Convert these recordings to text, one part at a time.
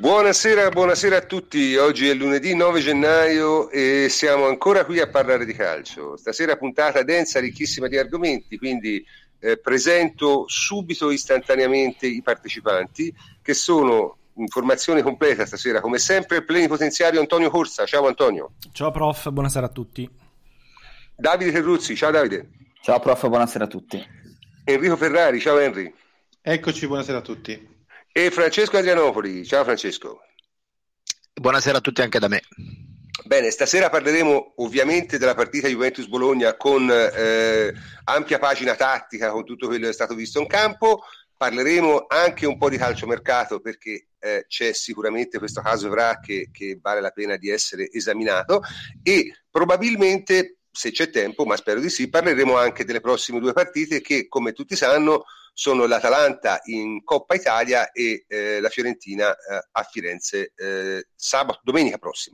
Buonasera, buonasera a tutti. Oggi è lunedì 9 gennaio e siamo ancora qui a parlare di calcio. Stasera puntata densa, ricchissima di argomenti, quindi presento subito istantaneamente i partecipanti, che sono in formazione completa stasera, come sempre, il plenipotenziario Antonio Corsa. Ciao Antonio. Ciao prof, buonasera a tutti. Davide Terruzzi. Ciao Davide. Ciao prof, buonasera a tutti. Enrico Ferrari. Ciao Henry. Eccoci, buonasera a tutti. E Francesco Adrianopoli. Ciao Francesco. Buonasera a tutti anche da me. Bene, stasera parleremo ovviamente della partita Juventus-Bologna con ampia pagina tattica, con tutto quello che è stato visto in campo. Parleremo anche un po' di calciomercato, perché c'è sicuramente questo caso Evra che vale la pena di essere esaminato, e probabilmente, se c'è tempo, ma spero di sì, parleremo anche delle prossime due partite che, come tutti sanno, sono l'Atalanta in Coppa Italia e la Fiorentina a Firenze domenica prossima.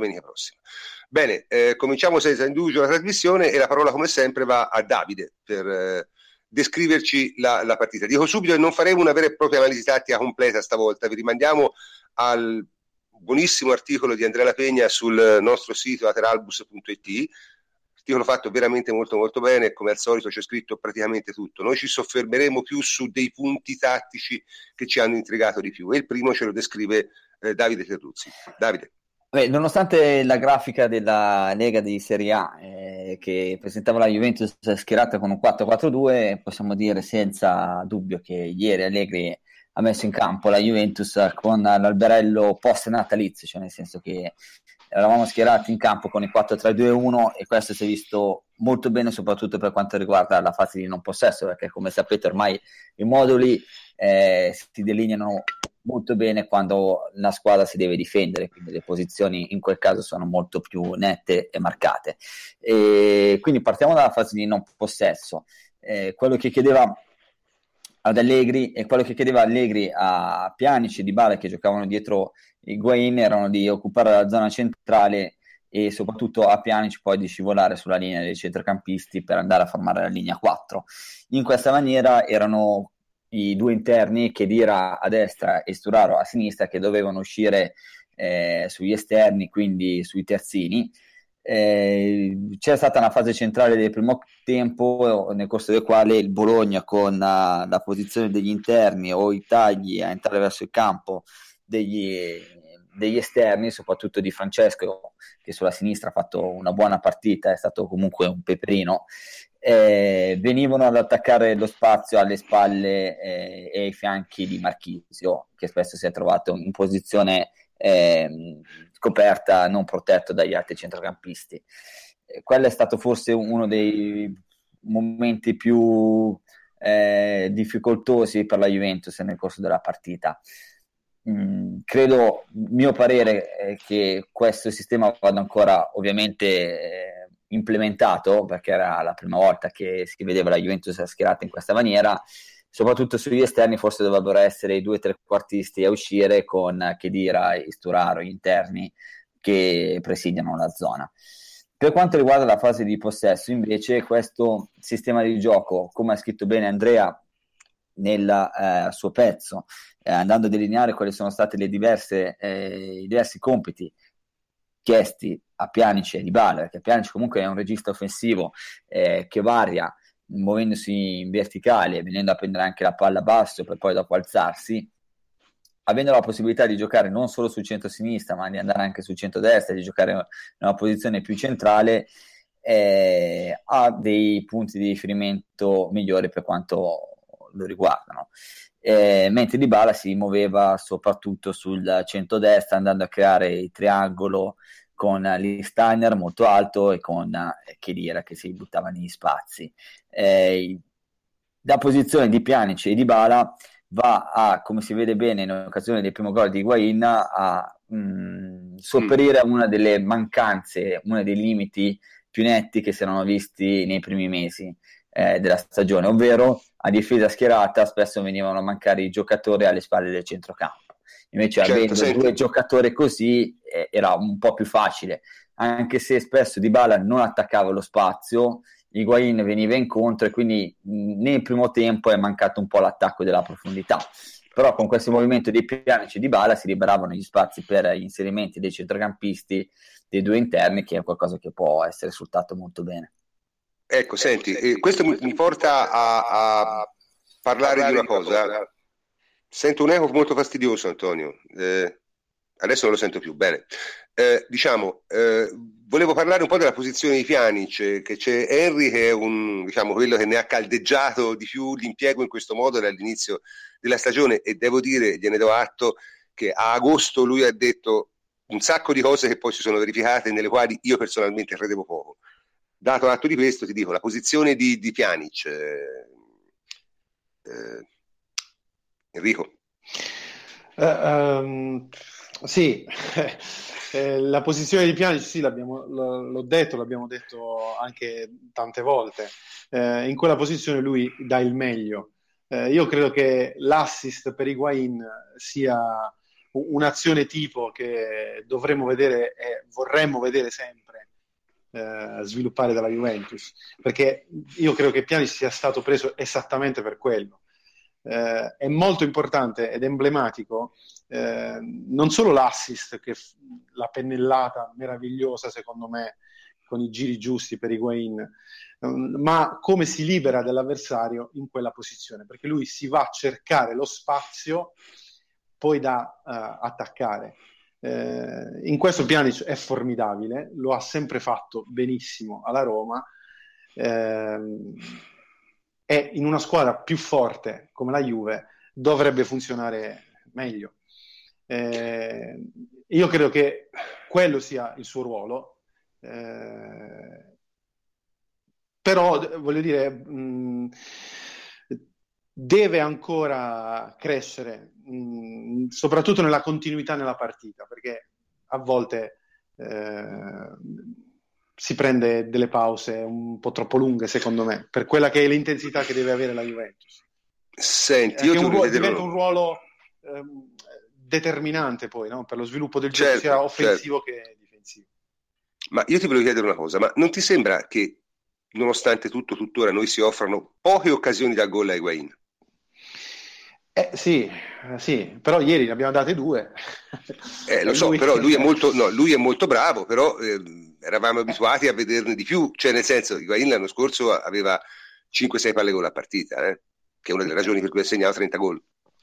Bene, cominciamo senza indugio la trasmissione e la parola, come sempre, va a Davide per descriverci la partita. Dico subito che non faremo una vera e propria analisi tattica completa stavolta, vi rimandiamo al buonissimo articolo di Andrea La Pegna sul nostro sito lateralbus.it, articolo fatto veramente molto molto bene, come al solito c'è scritto praticamente tutto. Noi ci soffermeremo più su dei punti tattici che ci hanno intrigato di più, e il primo ce lo descrive Davide Terruzzi. Davide. Nonostante la grafica della Lega di Serie A che presentava la Juventus schierata con un 4-4-2, possiamo dire senza dubbio che ieri Allegri ha messo in campo la Juventus con l'alberello post-natalizio, cioè nel senso che eravamo schierati in campo con il 4-3-2-1 e questo si è visto molto bene, soprattutto per quanto riguarda la fase di non possesso, perché come sapete ormai i moduli si delineano molto bene quando la squadra si deve difendere, quindi le posizioni in quel caso sono molto più nette e marcate. E quindi partiamo dalla fase di non possesso. Quello che chiedeva ad Allegri e quello che chiedeva Allegri a Pjanic e Dybala, che giocavano dietro Higuain, erano di occupare la zona centrale e soprattutto a Pjanic poi di scivolare sulla linea dei centrocampisti per andare a formare la linea 4. In questa maniera erano i due interni, Khedira a destra e Sturaro a sinistra, che dovevano uscire sugli esterni, quindi sui terzini. C'è stata una fase centrale del primo tempo nel corso del quale il Bologna, con la posizione degli interni o i tagli a entrare verso il campo degli esterni, soprattutto di Francesco, che sulla sinistra ha fatto una buona partita, è stato comunque un peperino, venivano ad attaccare lo spazio alle spalle e ai fianchi di Marchisio, che spesso si è trovato in posizione scoperta, non protetto dagli altri centrocampisti. Quello è stato forse uno dei momenti più difficoltosi per la Juventus nel corso della partita. Credo, mio parere, che questo sistema vada ancora ovviamente implementato, perché era la prima volta che si vedeva la Juventus schierata in questa maniera. Soprattutto sugli esterni forse dovrebbero essere i due trequartisti a uscire, con Khedira e Sturaro gli interni che presidiano la zona. Per quanto riguarda la fase di possesso, invece, questo sistema di gioco, come ha scritto bene Andrea nel suo pezzo, andando a delineare quali sono stati i diversi compiti chiesti a Pjanic e Dybala, perché Pjanic comunque è un regista offensivo che varia muovendosi in verticale, venendo a prendere anche la palla basso per poi dopo alzarsi, avendo la possibilità di giocare non solo sul centro-sinistra ma di andare anche sul centro-destra, di giocare in una posizione più centrale, ha dei punti di riferimento migliori per quanto lo riguardano. Mentre Dybala si muoveva soprattutto sul centro-destra, andando a creare il triangolo con Lichtsteiner molto alto e con Khedira che si buttava negli spazi. La posizione di Pjanic e Dybala va a, come si vede bene in occasione del primo gol di Higuain, a sopperire a una delle mancanze, uno dei limiti più netti che si erano visti nei primi mesi della stagione, ovvero a difesa schierata spesso venivano a mancare i giocatori alle spalle del centrocampo. Invece avendo due giocatori così era un po' più facile, anche se spesso Dybala non attaccava lo spazio, Higuain veniva incontro e quindi nel primo tempo è mancato un po' l'attacco della profondità. però con questo movimento di Pjanic e Dybala si liberavano gli spazi per gli inserimenti dei centrocampisti, dei due interni, che è qualcosa che può essere sfruttato molto bene. Ecco, senti, questo mi porta a parlare di una cosa. Sento un eco molto fastidioso, Antonio. Adesso non lo sento più bene. Volevo parlare un po' della posizione di Pjanic, che c'è Henry, che è quello che ne ha caldeggiato di più l'impiego in questo modo dall'inizio della stagione, e devo dire, gliene do atto, che a agosto lui ha detto un sacco di cose che poi si sono verificate, nelle quali io personalmente credevo poco. Dato atto di questo, ti dico, la posizione di Pjanic, Enrico. Sì, la posizione di Pjanic, sì, l'ho detto, l'abbiamo detto anche tante volte. In quella posizione lui dà il meglio. Io credo che l'assist per Higuaín sia un'azione tipo che dovremmo vedere e vorremmo vedere sempre sviluppare dalla Juventus, perché io credo che Pjanic sia stato preso esattamente per quello. È molto importante ed emblematico non solo l'assist, la pennellata meravigliosa secondo me con i giri giusti per Higuaín, ma come si libera dell'avversario in quella posizione, perché lui si va a cercare lo spazio poi da attaccare. In questo Pjanic è formidabile, lo ha sempre fatto benissimo alla Roma, e in una squadra più forte come la Juve dovrebbe funzionare meglio. Io credo che quello sia il suo ruolo, però voglio dire, deve ancora crescere, soprattutto nella continuità nella partita, perché a volte si prende delle pause un po' troppo lunghe, secondo me, per quella che è l'intensità che deve avere la Juventus. Senti, diventa un ruolo determinante poi, no? Per lo sviluppo del gioco, sia offensivo che difensivo. Ma io ti volevo chiedere una cosa, ma non ti sembra che nonostante tutto tuttora noi si offrano poche occasioni da gol a Higuaín? Sì, però ieri ne abbiamo date 2. Lo so, però lui è molto bravo, però eravamo abituati a vederne di più, cioè nel senso, Higuaín l'anno scorso aveva 5-6 palle gol a partita, che è una delle ragioni per cui ha segnato 30 gol.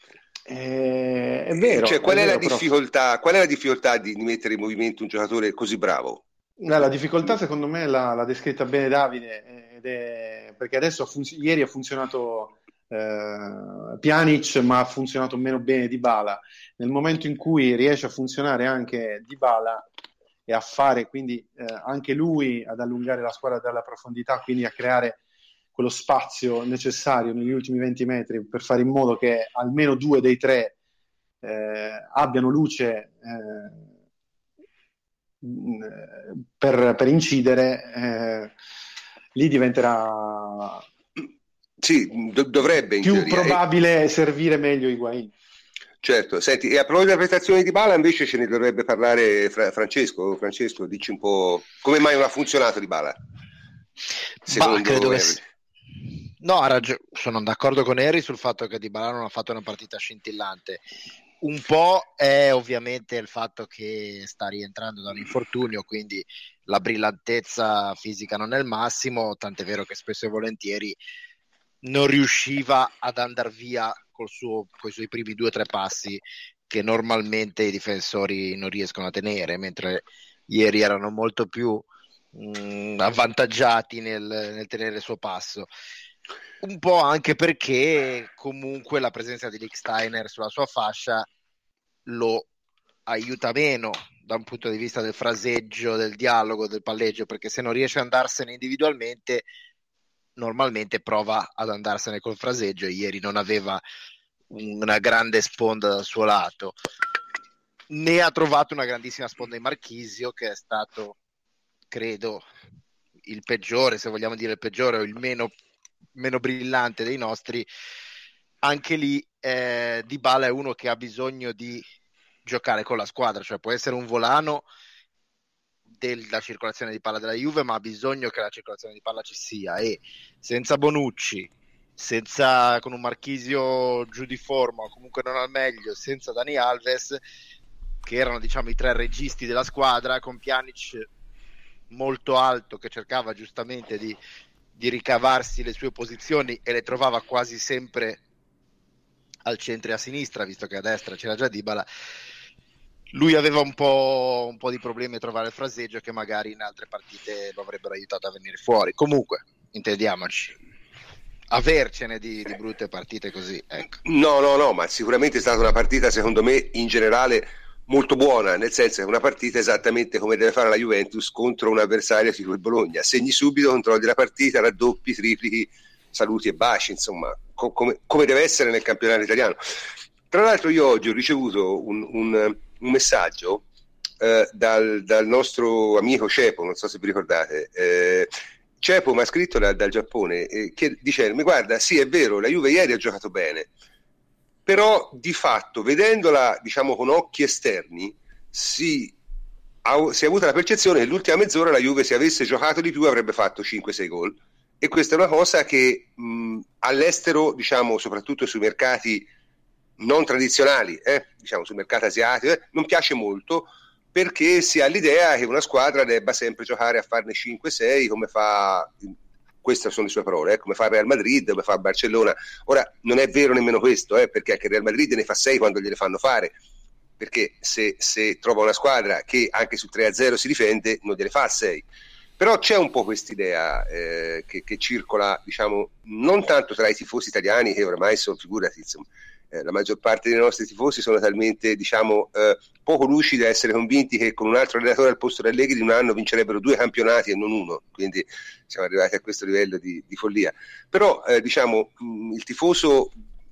È vero. Cioè, qual è la però... difficoltà di mettere in movimento un giocatore così bravo? La difficoltà secondo me l'ha descritta bene Davide, perché adesso ieri ha funzionato Pjanic, ma ha funzionato meno bene Dybala. Nel momento in cui riesce a funzionare anche Dybala e a fare quindi anche lui ad allungare la squadra dalla profondità, quindi a creare quello spazio necessario negli ultimi 20 metri per fare in modo che almeno 2 dei 3 abbiano luce per incidere, lì diventerà dovrebbe più probabile servire meglio Higuaín. Certo, senti, e a proposito della prestazione di Dybala invece ce ne dovrebbe parlare Francesco. Francesco, dici un po' come mai non ha funzionato Dybala? Credo che no, sono d'accordo con Henry sul fatto che Dybala non ha fatto una partita scintillante. Un po' è ovviamente il fatto che sta rientrando da un infortunio, quindi la brillantezza fisica non è il massimo, tant'è vero che spesso e volentieri non riusciva ad andare via con i suoi primi 2 o 3 passi che normalmente i difensori non riescono a tenere, mentre ieri erano molto più avvantaggiati nel tenere il suo passo. Un po' anche perché comunque la presenza di Lichtsteiner sulla sua fascia lo aiuta meno da un punto di vista del fraseggio, del dialogo, del palleggio, perché se non riesce ad andarsene individualmente normalmente prova ad andarsene col fraseggio. Ieri non aveva una grande sponda dal suo lato, ne ha trovato una grandissima sponda in Marchisio, che è stato, credo, il peggiore, se vogliamo dire il peggiore, o il meno brillante dei nostri. Anche lì Dybala è uno che ha bisogno di giocare con la squadra, cioè può essere un volano della circolazione di palla della Juve, ma ha bisogno che la circolazione di palla ci sia, e senza Bonucci, con un Marchisio giù di forma o comunque non al meglio, senza Dani Alves, che erano diciamo i tre registi della squadra, con Pjanic molto alto che cercava giustamente di ricavarsi le sue posizioni e le trovava quasi sempre al centro e a sinistra, visto che a destra c'era già Dybala. Lui aveva un po' di problemi a trovare il fraseggio che magari in altre partite lo avrebbero aiutato a venire fuori. Comunque, intendiamoci, avercene di brutte partite così, ecco. No, ma sicuramente è stata una partita, secondo me, in generale molto buona, nel senso che è una partita esattamente come deve fare la Juventus contro un avversario tipo il Bologna. Segni subito, controlli la partita, raddoppi, triplichi, saluti e baci, insomma, come deve essere nel campionato italiano. Tra l'altro io oggi ho ricevuto un messaggio dal nostro amico Cepo, non so se vi ricordate. Cepo mi ha scritto dal Giappone che dicendomi: guarda, sì, è vero, la Juve ieri ha giocato bene, però di fatto, vedendola diciamo con occhi esterni, si è avuta la percezione che l'ultima mezz'ora la Juve, se avesse giocato di più, avrebbe fatto 5-6 gol, e questa è una cosa che all'estero, diciamo, soprattutto sui mercati non tradizionali, diciamo sul mercato asiatico, non piace molto, perché si ha l'idea che una squadra debba sempre giocare a farne 5-6 come fa, queste sono le sue parole, come fa il Real Madrid, come fa il Barcellona. Ora non è vero nemmeno questo, perché anche il Real Madrid ne fa 6 quando gliele fanno fare, perché se trova una squadra che anche su 3-0 si difende, non gliele fa 6. Però c'è un po' quest'idea che circola, diciamo, non tanto tra i tifosi italiani, che ormai sono, figurati, insomma, la maggior parte dei nostri tifosi sono talmente, diciamo, poco lucidi da essere convinti che con un altro allenatore al posto di Allegri in un anno vincerebbero 2 campionati e non uno, quindi siamo arrivati a questo livello di follia. Però diciamo, il tifoso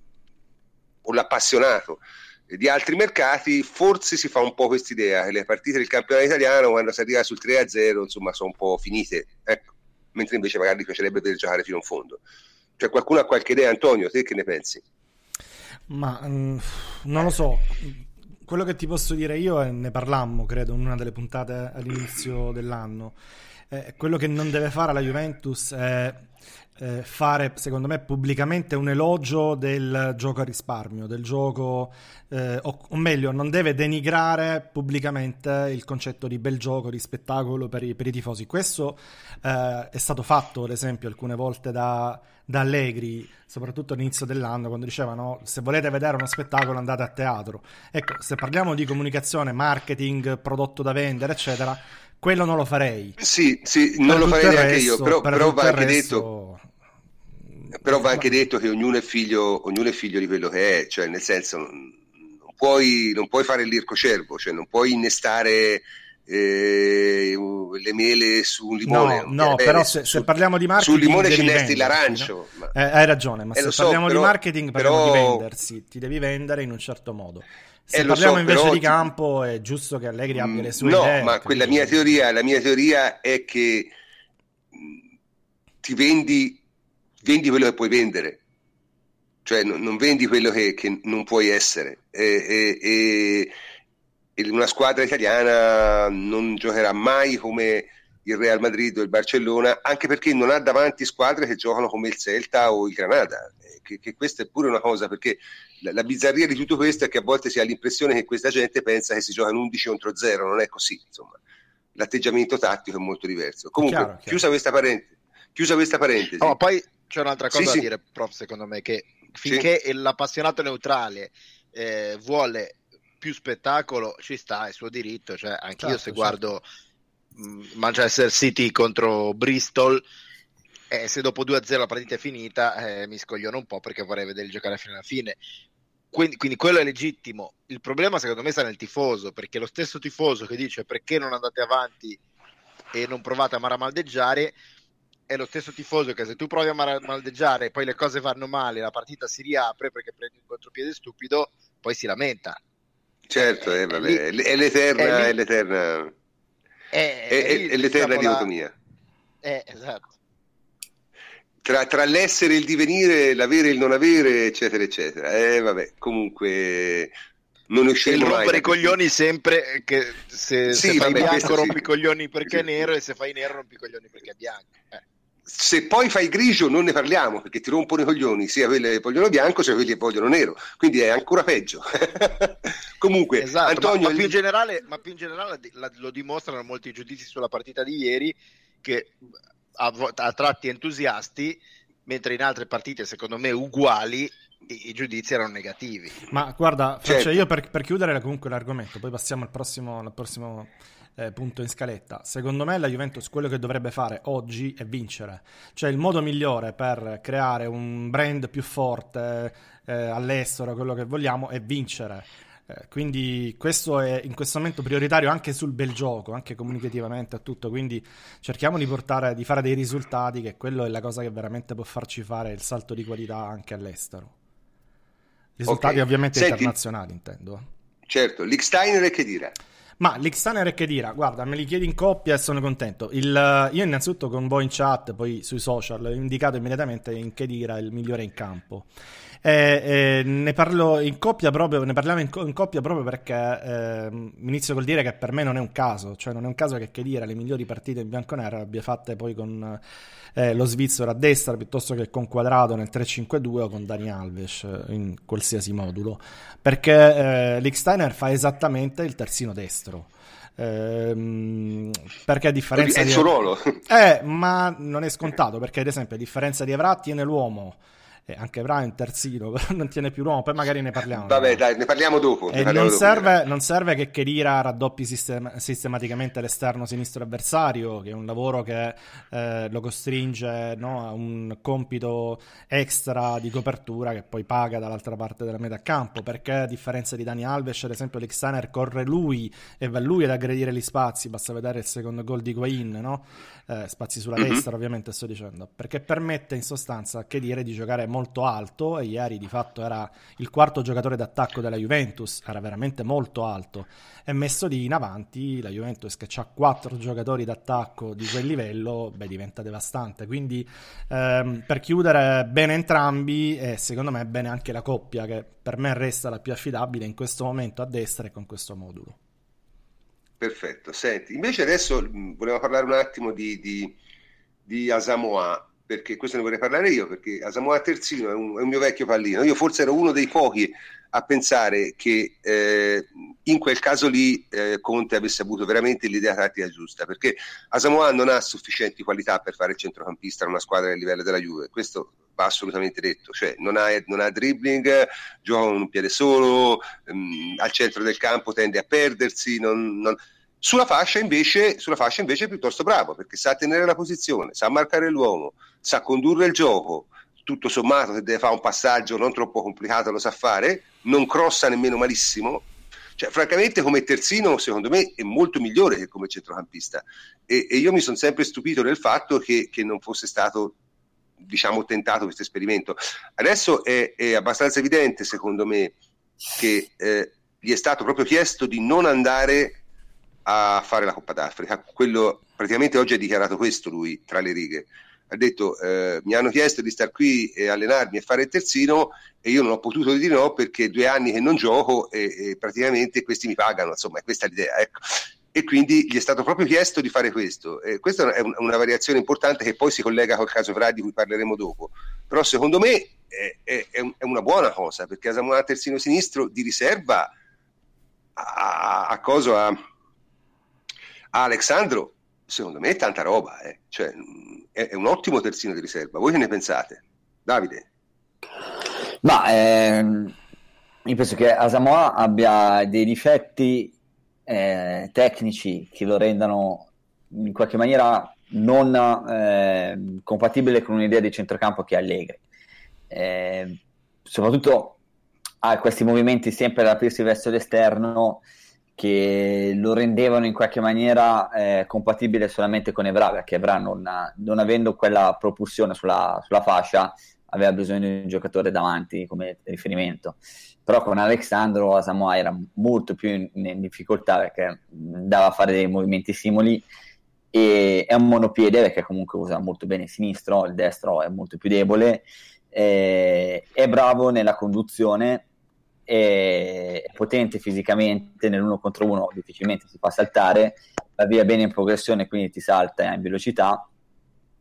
o l'appassionato di altri mercati forse si fa un po' quest'idea che le partite del campionato italiano, quando si arriva sul 3-0, insomma, sono un po' finite, ecco, mentre invece magari gli piacerebbe vedere giocare fino in fondo. Cioè, qualcuno ha qualche idea? Antonio, te che ne pensi? Ma non lo so, quello che ti posso dire io, e ne parlammo credo in una delle puntate all'inizio dell'anno, quello che non deve fare la Juventus è fare, secondo me, pubblicamente un elogio del gioco a risparmio, del gioco, o meglio, non deve denigrare pubblicamente il concetto di bel gioco, di spettacolo per i tifosi. Questo è stato fatto, ad esempio, alcune volte da Allegri, soprattutto all'inizio dell'anno, quando dicevano: se volete vedere uno spettacolo andate a teatro. Ecco, se parliamo di comunicazione, marketing, prodotto da vendere, eccetera, quello non lo farei. Sì, non lo farei neanche io, però va anche detto... Però va anche detto che ognuno è figlio di quello che è, cioè nel senso non puoi fare l'ircocervo, cioè non puoi innestare le mele su un limone. No, però se parliamo di marketing, sul limone ci innesti l'arancio. No? Hai ragione, ma se parliamo di marketing parliamo di vendersi, ti devi vendere in un certo modo. Se parliamo invece di campo, è giusto che Allegri abbia le sue idee. No, ma la mia teoria è che ti vendi quello che puoi vendere, cioè non vendi quello che non puoi essere, e una squadra italiana non giocherà mai come il Real Madrid o il Barcellona, anche perché non ha davanti squadre che giocano come il Celta o il Granada, che questa è pure una cosa, perché la bizzarria di tutto questo è che a volte si ha l'impressione che questa gente pensa che si gioca in 11 contro 0, non è così, insomma, l'atteggiamento tattico è molto diverso. Comunque, chiaro. Chiusa questa parentesi. Oh, poi c'è un'altra cosa da dire, prof, secondo me, che finché l'appassionato neutrale vuole più spettacolo, ci sta, è suo diritto, cioè anche io se guardo Manchester City contro Bristol, se dopo 2-0 la partita è finita, mi scogliono un po' perché vorrei vedere giocare fino alla fine. Quindi quello è legittimo. Il problema secondo me sta nel tifoso, perché lo stesso tifoso che dice perché non andate avanti e non provate a maramaldeggiare è lo stesso tifoso che se tu provi a maldeggiare e poi le cose vanno male, la partita si riapre perché prendi un contropiede stupido, poi si lamenta. Certo, è l'eterna dicotomia. Esatto. Tra l'essere e il divenire, l'avere e il non avere, eccetera, eccetera. Vabbè, comunque non usciremo mai. Rompere i coglioni sempre, che se fai bianco rompi i coglioni perché è nero, e se fai nero rompi i coglioni perché è bianco. Se poi fai grigio non ne parliamo, perché ti rompono i coglioni sia quelli che vogliono bianco sia quelli che vogliono nero, quindi è ancora peggio. Comunque, esatto, Antonio, ma più in generale lo dimostrano molti giudizi sulla partita di ieri, che a tratti entusiasti, mentre in altre partite secondo me uguali i giudizi erano negativi. Ma guarda, certo. io per chiudere comunque l'argomento, poi passiamo al prossimo punto in scaletta. Secondo me la Juventus quello che dovrebbe fare oggi è vincere, cioè il modo migliore per creare un brand più forte all'estero, quello che vogliamo, è vincere. Quindi questo è in questo momento prioritario anche sul bel gioco, anche comunicativamente e tutto, quindi cerchiamo di fare dei risultati, che quello è la cosa che veramente può farci fare il salto di qualità anche all'estero. Risultati ovviamente internazionali, intendo. Certo, Lichtsteiner e Khedira. Ma Lichtsteiner e Khedira, guarda, me li chiedi in coppia e sono contento. Io innanzitutto con voi in chat, poi sui social, ho indicato immediatamente in Khedira il migliore in campo. Ne parlo in coppia proprio, ne parliamo in coppia proprio perché inizio col dire che per me non è un caso, cioè non è un caso che Khedira le migliori partite in bianconero le abbia fatte poi con lo svizzero a destra piuttosto che con Quadrado nel 3-5-2 o con Dani Alves in qualsiasi modulo, perché Lichtsteiner fa esattamente il terzino destro. Perché a differenza è il suo ruolo, ma non è scontato, perché ad esempio a differenza di Evra tiene l'uomo, anche Evra è un terzino, però non tiene più l'uomo, poi magari ne parliamo. Vabbè, dai, ne parliamo dopo. Non serve che Khedira raddoppi sistematicamente l'esterno sinistro avversario, che è un lavoro che lo costringe, no, a un compito extra di copertura che poi paga dall'altra parte della metà campo, perché a differenza di Dani Alves, ad esempio, Lichtsteiner corre lui e va lui ad aggredire gli spazi, basta vedere il secondo gol di Higuaín, no? Spazi sulla destra, ovviamente sto dicendo, perché permette in sostanza a Khedira di giocare molto alto, e ieri di fatto era il quarto giocatore d'attacco della Juventus, era veramente molto alto, e messo lì in avanti la Juventus, che ha 4 giocatori d'attacco di quel livello, diventa devastante. Quindi per chiudere bene entrambi, e secondo me bene anche la coppia, che per me resta la più affidabile in questo momento a destra e con questo modulo. Perfetto, senti, invece adesso volevo parlare un attimo di Asamoah, perché questo ne vorrei parlare io, perché Asamoah terzino è un mio vecchio pallino. Io forse ero uno dei pochi a pensare che in quel caso lì Conte avesse avuto veramente l'idea tattica giusta, perché Asamoah non ha sufficienti qualità per fare il centrocampista in una squadra del livello della Juve, questo va assolutamente detto, cioè non ha dribbling, gioca con un piede solo, al centro del campo tende a perdersi, sulla fascia invece è piuttosto bravo, perché sa tenere la posizione, sa marcare l'uomo, sa condurre il gioco, tutto sommato se deve fare un passaggio non troppo complicato lo sa fare, non crossa nemmeno malissimo, cioè francamente come terzino secondo me è molto migliore che come centrocampista, e io mi sono sempre stupito del fatto che non fosse stato, diciamo, tentato questo esperimento. Adesso è abbastanza evidente secondo me che gli è stato proprio chiesto di non andare a fare la Coppa d'Africa. Quello praticamente oggi ha dichiarato questo lui tra le righe, ha detto mi hanno chiesto di star qui e allenarmi e fare il terzino e io non ho potuto dire no perché 2 anni che non gioco e praticamente questi mi pagano, insomma è questa l'idea, ecco. E quindi gli è stato proprio chiesto di fare questo, questa è una variazione importante che poi si collega col caso Evra di cui parleremo dopo, però secondo me è una buona cosa, perché Asamoah terzino sinistro di riserva a Alexandro, secondo me è tanta roba, cioè, è un ottimo terzino di riserva. Voi che ne pensate? Davide? Ma io penso che Asamoah abbia dei difetti tecnici che lo rendano in qualche maniera non compatibile con un'idea di centrocampo che è Allegri. Soprattutto ha questi movimenti sempre da aprirsi verso l'esterno che lo rendevano in qualche maniera compatibile solamente con Evra, perché Evra non avendo quella propulsione sulla fascia aveva bisogno di un giocatore davanti come riferimento, però con Alexandro Asamoah era molto più in difficoltà perché andava a fare dei movimenti simili e è un monopiede perché comunque usa molto bene il sinistro, il destro è molto più debole, è bravo nella conduzione, è potente fisicamente, nell'1 contro 1 difficilmente si fa saltare, va via bene in progressione, quindi ti salta in velocità,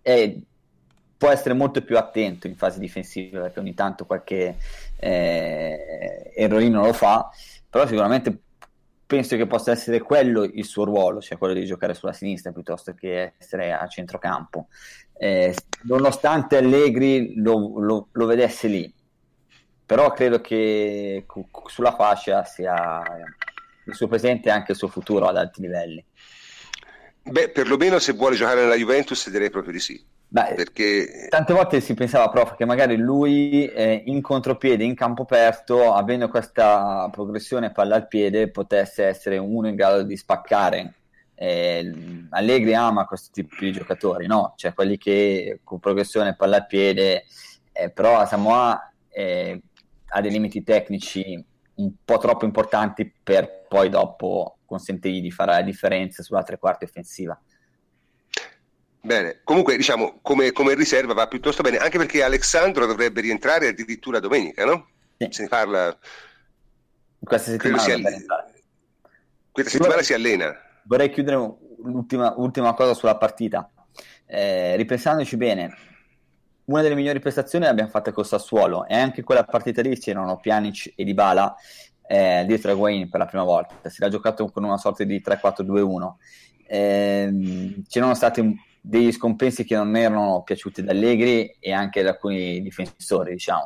può essere molto più attento in fase difensiva, perché ogni tanto qualche errorino lo fa, però sicuramente penso che possa essere quello il suo ruolo, cioè quello di giocare sulla sinistra piuttosto che essere a centrocampo, nonostante Allegri lo vedesse lì, però credo che sulla fascia sia il suo presente e anche il suo futuro ad alti livelli. Beh, perlomeno se vuole giocare nella Juventus direi proprio di sì. Beh, perché tante volte si pensava, prof, che magari lui in contropiede, in campo aperto, avendo questa progressione palla al piede, potesse essere uno in grado di spaccare. Allegri ama questo tipo di giocatori, no? Cioè quelli che con progressione palla al piede, però Asamoah ha dei limiti tecnici un po' troppo importanti per poi dopo consentirgli di fare la differenza sulla tre quarti offensiva. Bene, comunque diciamo come riserva va piuttosto bene, anche perché Alexandro dovrebbe rientrare addirittura domenica, no? Sì. Se ne parla. Questa settimana Si allena. Vorrei chiudere ultima cosa sulla partita. Ripensandoci bene, una delle migliori prestazioni l'abbiamo fatta col Sassuolo, e anche quella partita lì c'erano Pjanic e Dybala dietro a Higuain per la prima volta. Si era giocato con una sorta di 3-4-2-1. C'erano stati degli scompensi che non mi erano piaciuti da Allegri e anche da alcuni difensori, diciamo.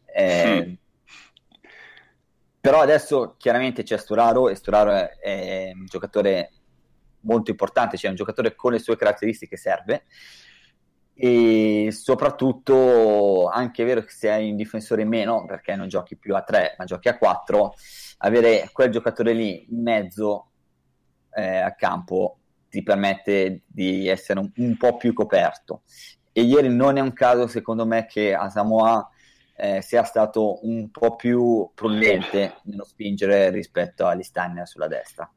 Però adesso chiaramente c'è Sturaro, e Sturaro è un giocatore molto importante, cioè un giocatore con le sue caratteristiche serve, e soprattutto, anche è vero che se hai un difensore in meno, perché non giochi più a 3 ma giochi a 4, avere quel giocatore lì in mezzo a campo ti permette di essere un po' più coperto. E ieri non è un caso, secondo me, che Asamoah sia stato un po' più prudente nello spingere rispetto agli Steiner sulla destra.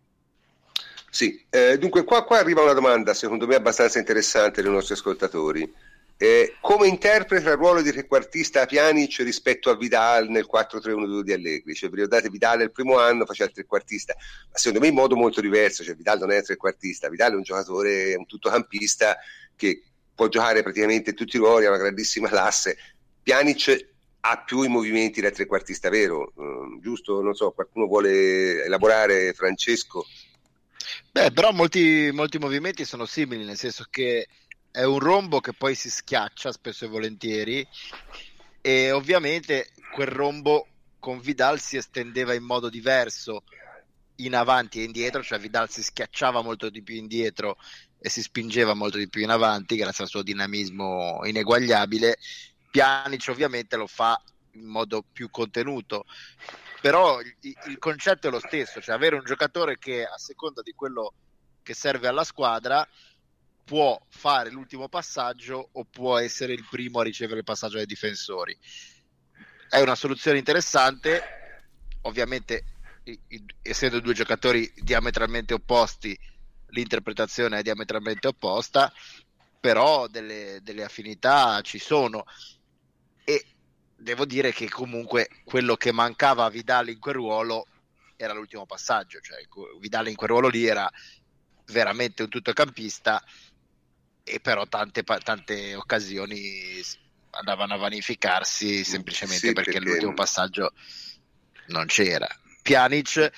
Sì, dunque qua arriva una domanda secondo me abbastanza interessante dei nostri ascoltatori. Come interpreta il ruolo di trequartista Pjanic rispetto a Vidal nel 4-3-1-2 di Allegri? Cioè, vi ricordate, Vidal il primo anno faceva il trequartista, ma secondo me in modo molto diverso. Cioè, Vidal non è trequartista, Vidal è un giocatore, un tuttocampista che può giocare praticamente tutti i ruoli, ha una grandissima classe. Pjanic ha più i movimenti da trequartista vero, giusto? Non so, qualcuno vuole elaborare, Francesco? Beh, però molti movimenti sono simili, nel senso che è un rombo che poi si schiaccia spesso e volentieri, e ovviamente quel rombo con Vidal si estendeva in modo diverso in avanti e indietro, cioè Vidal si schiacciava molto di più indietro e si spingeva molto di più in avanti grazie al suo dinamismo ineguagliabile. Pjanic ovviamente lo fa in modo più contenuto, però il concetto è lo stesso, cioè avere un giocatore che a seconda di quello che serve alla squadra può fare l'ultimo passaggio o può essere il primo a ricevere il passaggio dai difensori. È una soluzione interessante, ovviamente essendo due giocatori diametralmente opposti l'interpretazione è diametralmente opposta, però delle affinità ci sono, e devo dire che comunque quello che mancava a Vidal in quel ruolo era l'ultimo passaggio, cioè Vidal in quel ruolo lì era veramente un tuttocampista, e però tante occasioni andavano a vanificarsi semplicemente perché l'ultimo passaggio non c'era. Pjanic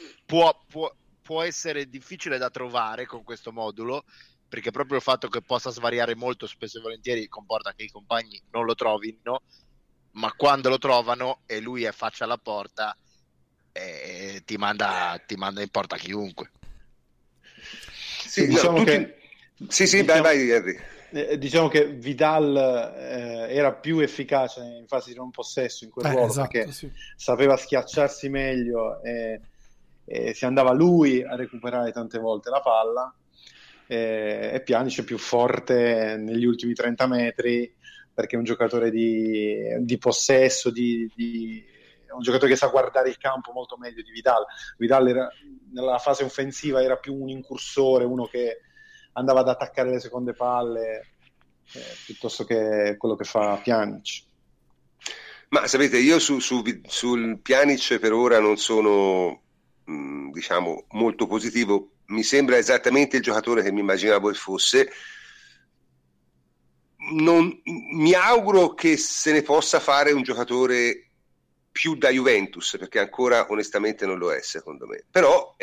può essere difficile da trovare con questo modulo, perché proprio il fatto che possa svariare molto spesso e volentieri comporta che i compagni non lo trovino, ma quando lo trovano e lui è faccia alla porta, ti manda in porta chiunque. Sì, diciamo che vai Henry. Diciamo che Vidal era più efficace in fase di non possesso in quel ruolo, esatto, perché sì, sapeva schiacciarsi meglio e si andava lui a recuperare tante volte la palla, e Pjanic è più forte negli ultimi 30 metri perché è un giocatore di possesso, un giocatore che sa guardare il campo molto meglio di Vidal. Vidal nella fase offensiva era più un incursore, uno che andava ad attaccare le seconde palle, piuttosto che quello che fa Pjanic. Ma sapete, io sul Pjanic per ora non sono diciamo molto positivo. Mi sembra esattamente il giocatore che mi immaginavo che fosse. mi auguro che se ne possa fare un giocatore più da Juventus, perché ancora onestamente non lo è secondo me, però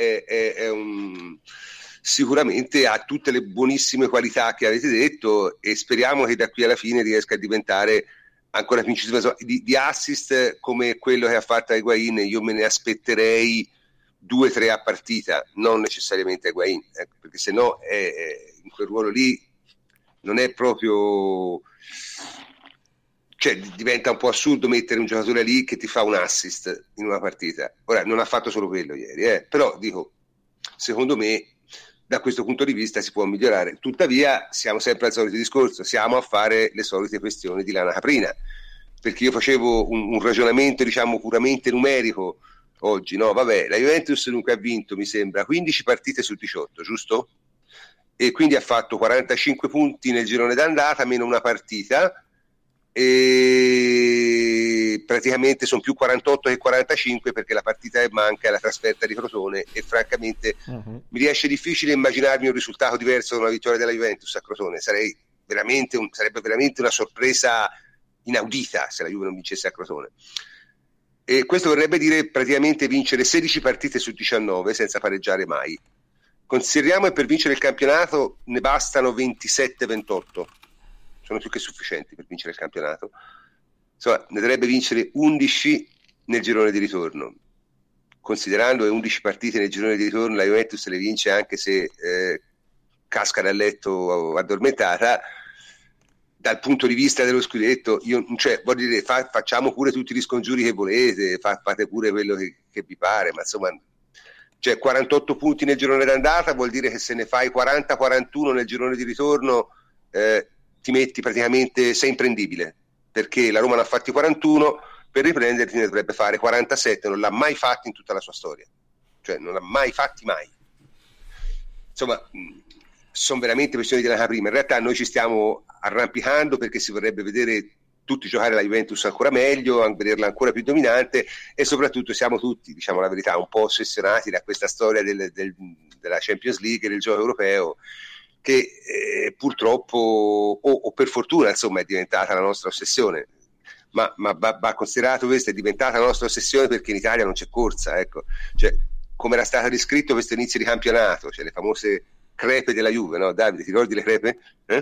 sicuramente ha tutte le buonissime qualità che avete detto e speriamo che da qui alla fine riesca a diventare ancora più incisivo. Di assist come quello che ha fatto a Higuain io me ne aspetterei 2-3 a partita, non necessariamente a Higuain, perché se no in quel ruolo lì non è proprio, cioè diventa un po' assurdo mettere un giocatore lì che ti fa un assist in una partita. Ora non ha fatto solo quello ieri, però dico, secondo me da questo punto di vista si può migliorare. Tuttavia siamo sempre al solito discorso, siamo a fare le solite questioni di lana caprina, perché io facevo un ragionamento diciamo puramente numerico oggi, no? Vabbè, la Juventus dunque ha vinto, mi sembra, 15 partite su 18, giusto? E quindi ha fatto 45 punti nel girone d'andata, meno una partita, e praticamente sono più 48 che 45 perché la partita che manca è la trasferta di Crotone e francamente mi riesce difficile immaginarmi un risultato diverso da una vittoria della Juventus a Crotone. Sarebbe veramente una sorpresa inaudita se la Juve non vincesse a Crotone, e questo vorrebbe dire praticamente vincere 16 partite su 19 senza pareggiare mai. Consideriamo che per vincere il campionato ne bastano 27-28, sono più che sufficienti per vincere il campionato. Insomma, ne dovrebbe vincere 11 nel girone di ritorno. Considerando che 11 partite nel girone di ritorno la Juventus le vince anche se casca dal letto addormentata, dal punto di vista dello scudetto, voglio dire, facciamo pure tutti gli scongiuri che volete, fate pure quello che vi pare, ma insomma, cioè 48 punti nel girone d'andata vuol dire che se ne fai 40-41 nel girone di ritorno ti metti praticamente, sei imprendibile, perché la Roma ne ha fatti 41, per riprenderti ne dovrebbe fare 47, non l'ha mai fatto in tutta la sua storia, cioè non l'ha mai fatti mai. Insomma, sono veramente questioni della prima. In realtà noi ci stiamo arrampicando perché si vorrebbe vedere tutti giocare la Juventus ancora meglio, vederla ancora più dominante, e soprattutto siamo tutti, diciamo la verità, un po' ossessionati da questa storia della Champions League e del gioco europeo, che purtroppo o per fortuna insomma è diventata la nostra ossessione, ma va considerato, questa è diventata la nostra ossessione perché in Italia non c'è corsa, ecco, cioè come era stato descritto questo inizio di campionato, cioè le famose crepe della Juve, no Davide, ti ricordi le crepe?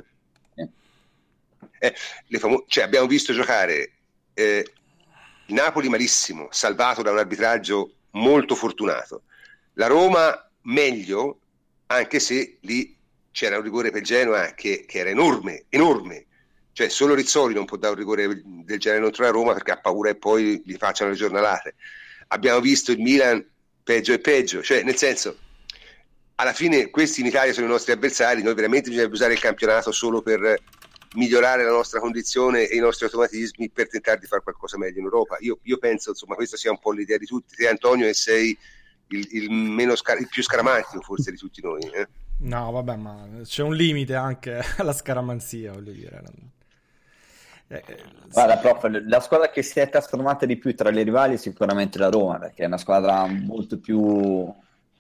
Cioè abbiamo visto giocare il Napoli malissimo, salvato da un arbitraggio molto fortunato, la Roma meglio, anche se lì c'era un rigore per Genoa che era enorme, cioè solo Rizzoli non può dare un rigore del genere contro la Roma perché ha paura che poi gli facciano le giornalate. Abbiamo visto il Milan peggio e peggio, cioè nel senso, alla fine questi in Italia sono i nostri avversari, noi veramente bisogna usare il campionato solo per migliorare la nostra condizione e i nostri automatismi per tentare di fare qualcosa meglio in Europa. Io penso, insomma, questa sia un po' l'idea di tutti. Te Antonio, che sei il più scaramantico forse di tutti noi, No, vabbè, ma c'è un limite anche alla scaramanzia, voglio dire. Guarda, prof, la squadra che si è trasformata di più tra le rivali è sicuramente la Roma, perché è una squadra molto più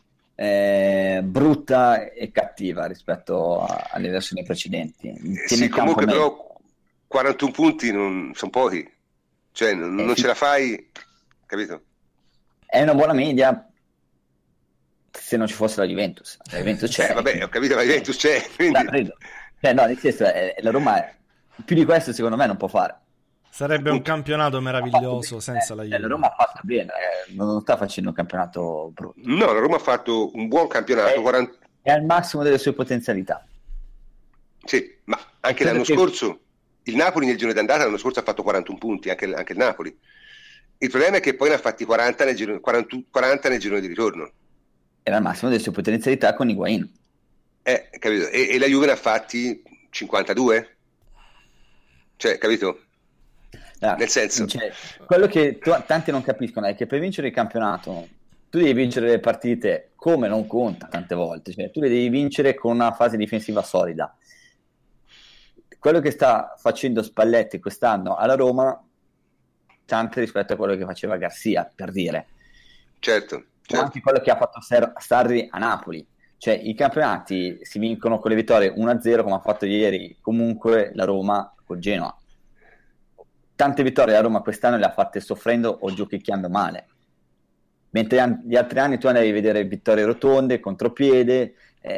brutta e cattiva rispetto alle versioni precedenti. Sì, comunque però 41 punti non sono pochi, cioè non ce la fai, capito? È una buona media se non ci fosse la Juventus. La Juventus c'è. Vabbè, ho capito, la Juventus c'è. Quindi... No, nel senso, la Roma più di questo secondo me non può fare. Sarebbe un campionato meraviglioso senza la Juve. La Roma ha fatto bene, non sta facendo un campionato brutto. No, la Roma ha fatto un buon campionato. È al massimo delle sue potenzialità. Sì, ma anche l'anno scorso, il Napoli nel girone d'andata l'anno scorso ha fatto 41 punti, anche il Napoli. Il problema è che poi ne ha fatti 40 nel girone di ritorno. Era al massimo delle sue potenzialità con Higuain. Capito? E la Juve ne ha fatti 52? Cioè, capito? No, nel senso, quello che tanti non capiscono è che per vincere il campionato tu devi vincere le partite come non conta tante volte, cioè tu le devi vincere con una fase difensiva solida. Quello che sta facendo Spalletti quest'anno alla Roma tanto rispetto a quello che faceva Garcia, per dire. Certo. Anche quello che ha fatto Sarri a Napoli, Cioè, i campionati si vincono con le vittorie 1-0, come ha fatto ieri comunque la Roma col Genoa. Tante vittorie la Roma quest'anno le ha fatte soffrendo o giochicchiando male. Mentre gli altri anni tu andavi a vedere vittorie rotonde, contropiede,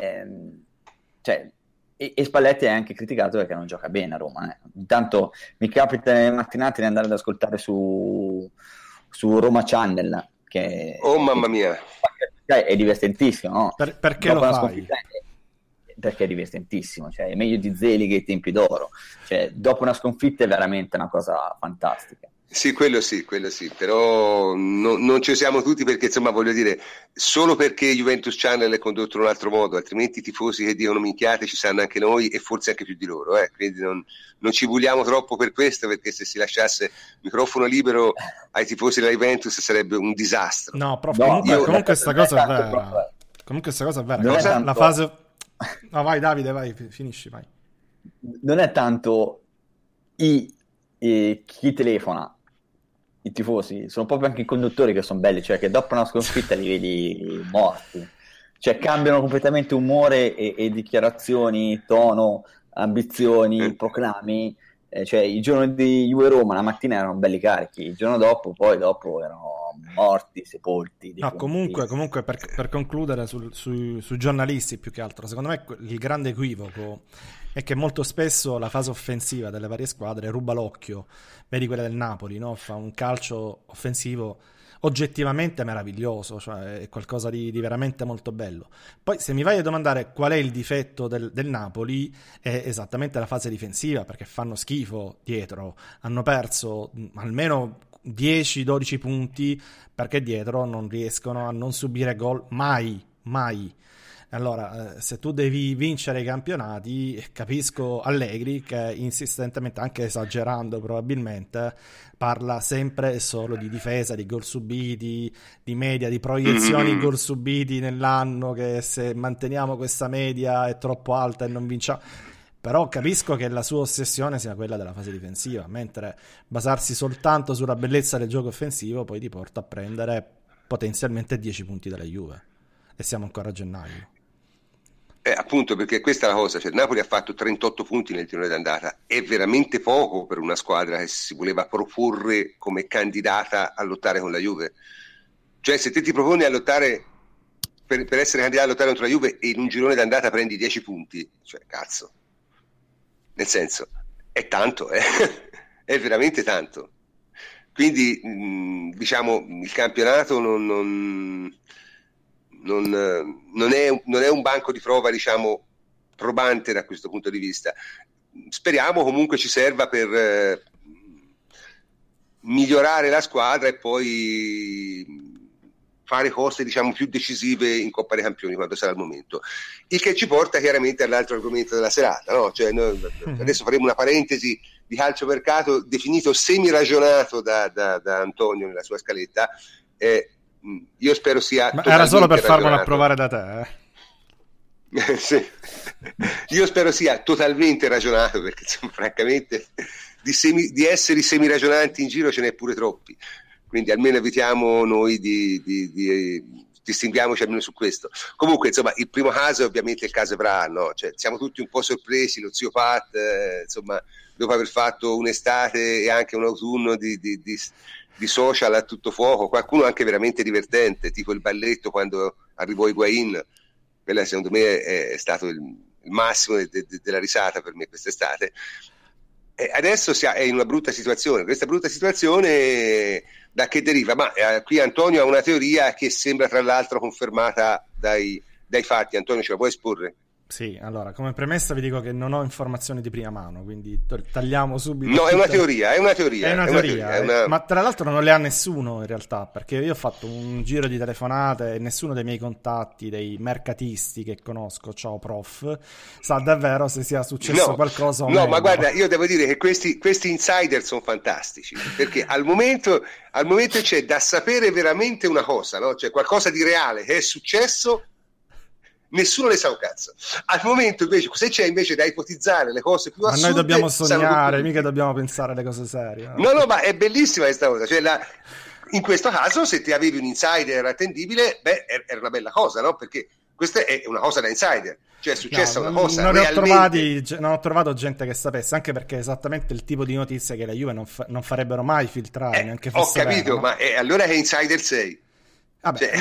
cioè, e Spalletti è anche criticato perché non gioca bene a Roma. Intanto mi capita nelle mattinate di andare ad ascoltare su Roma Channel, che mamma mia, è divertentissimo, no? Perché lo fai? Perché è divertentissimo, cioè è meglio di Zelig ai tempi d'oro, cioè dopo una sconfitta è veramente una cosa fantastica. Sì, quello sì, però non ci siamo tutti, perché insomma voglio dire, solo perché Juventus Channel è condotto in un altro modo, altrimenti i tifosi che dicono minchiate ci sanno anche noi e forse anche più di loro, quindi non ci bulliamo troppo per questo, perché se si lasciasse microfono libero ai tifosi della Juventus sarebbe un disastro. No, prof, comunque questa cosa è vera. Comunque questa cosa è vera. La fase... No, vai Davide, vai, finisci, vai. Non è tanto chi telefona, i tifosi, sono proprio anche i conduttori che sono belli, cioè che dopo una sconfitta li vedi morti, cioè cambiano completamente umore e dichiarazioni, tono, ambizioni, proclami, cioè il giorno di Juve Roma la mattina erano belli carichi, il giorno dopo erano morti, sepolti. No, comunque per concludere sui giornalisti più che altro, secondo me il grande equivoco è che molto spesso la fase offensiva delle varie squadre ruba l'occhio. Vedi quella del Napoli, no? Fa un calcio offensivo oggettivamente meraviglioso, cioè è qualcosa di veramente molto bello. Poi se mi vai a domandare qual è il difetto del Napoli, è esattamente la fase difensiva, perché fanno schifo dietro, hanno perso almeno 10-12 punti perché dietro non riescono a non subire gol mai. Allora, se tu devi vincere i campionati, capisco Allegri che insistentemente, anche esagerando probabilmente, parla sempre e solo di difesa, di gol subiti, di media, di proiezioni gol subiti nell'anno, che se manteniamo questa media è troppo alta e non vinciamo. Però capisco che la sua ossessione sia quella della fase difensiva, mentre basarsi soltanto sulla bellezza del gioco offensivo poi ti porta a prendere potenzialmente 10 punti dalla Juve. E siamo ancora a gennaio. Appunto, perché questa è la cosa, cioè Napoli ha fatto 38 punti nel girone d'andata, è veramente poco per una squadra che si voleva proporre come candidata a lottare con la Juve. Cioè se te ti proponi a lottare per essere candidato a lottare contro la Juve e in un girone d'andata prendi 10 punti, cioè cazzo, nel senso, è tanto, è veramente tanto. Quindi diciamo il campionato non è un banco di prova, diciamo, probante da questo punto di vista. Speriamo comunque ci serva per migliorare la squadra e poi fare cose, diciamo, più decisive in Coppa dei Campioni quando sarà il momento. Il che ci porta chiaramente all'altro argomento della serata, no? Cioè, noi adesso faremo una parentesi di calciomercato definito semi-ragionato da Antonio nella sua scaletta. Io spero sia... Ma era solo per farmelo approvare da te, Sì. Io spero sia totalmente ragionato, perché insomma, francamente di esseri semi-ragionanti in giro ce n'è pure troppi, quindi almeno evitiamo noi di distinguiamoci almeno su questo. Comunque insomma il primo caso è ovviamente il caso Evra, no? Cioè, siamo tutti un po' sorpresi, lo zio Pat insomma, dopo aver fatto un'estate e anche un autunno di social a tutto fuoco, qualcuno anche veramente divertente, tipo il balletto quando arrivò Higuain. Quella secondo me è stato il massimo della risata per me quest'estate. E adesso è in una brutta situazione. Questa brutta situazione da che deriva? Ma qui Antonio ha una teoria che sembra tra l'altro confermata dai fatti. Antonio, ce la puoi esporre? Sì, allora, come premessa vi dico che non ho informazioni di prima mano, quindi tagliamo subito. No, è una teoria. Ma tra l'altro non le ha nessuno in realtà, perché io ho fatto un giro di telefonate e nessuno dei miei contatti, dei mercatisti che conosco, ciao prof, sa davvero se sia successo qualcosa o no. meno. Ma guarda, io devo dire che questi insider sono fantastici, perché al momento c'è da sapere veramente una cosa, no? C'è qualcosa di reale che è successo. Nessuno ne sa un cazzo. Al momento invece, se c'è invece da ipotizzare le cose più assurde, ma noi dobbiamo sognare, mica dobbiamo pensare alle cose serie. No, ma è bellissima questa cosa. Cioè, in questo caso, se ti avevi un insider attendibile, era una bella cosa, no? Perché Questa è una cosa da insider, cioè è successa una cosa non realmente... non ho trovato gente che sapesse, anche perché è esattamente il tipo di notizia che la Juve non farebbero mai filtrare, neanche fosse ho capito, vera, no? ma allora che insider sei? Vabbè,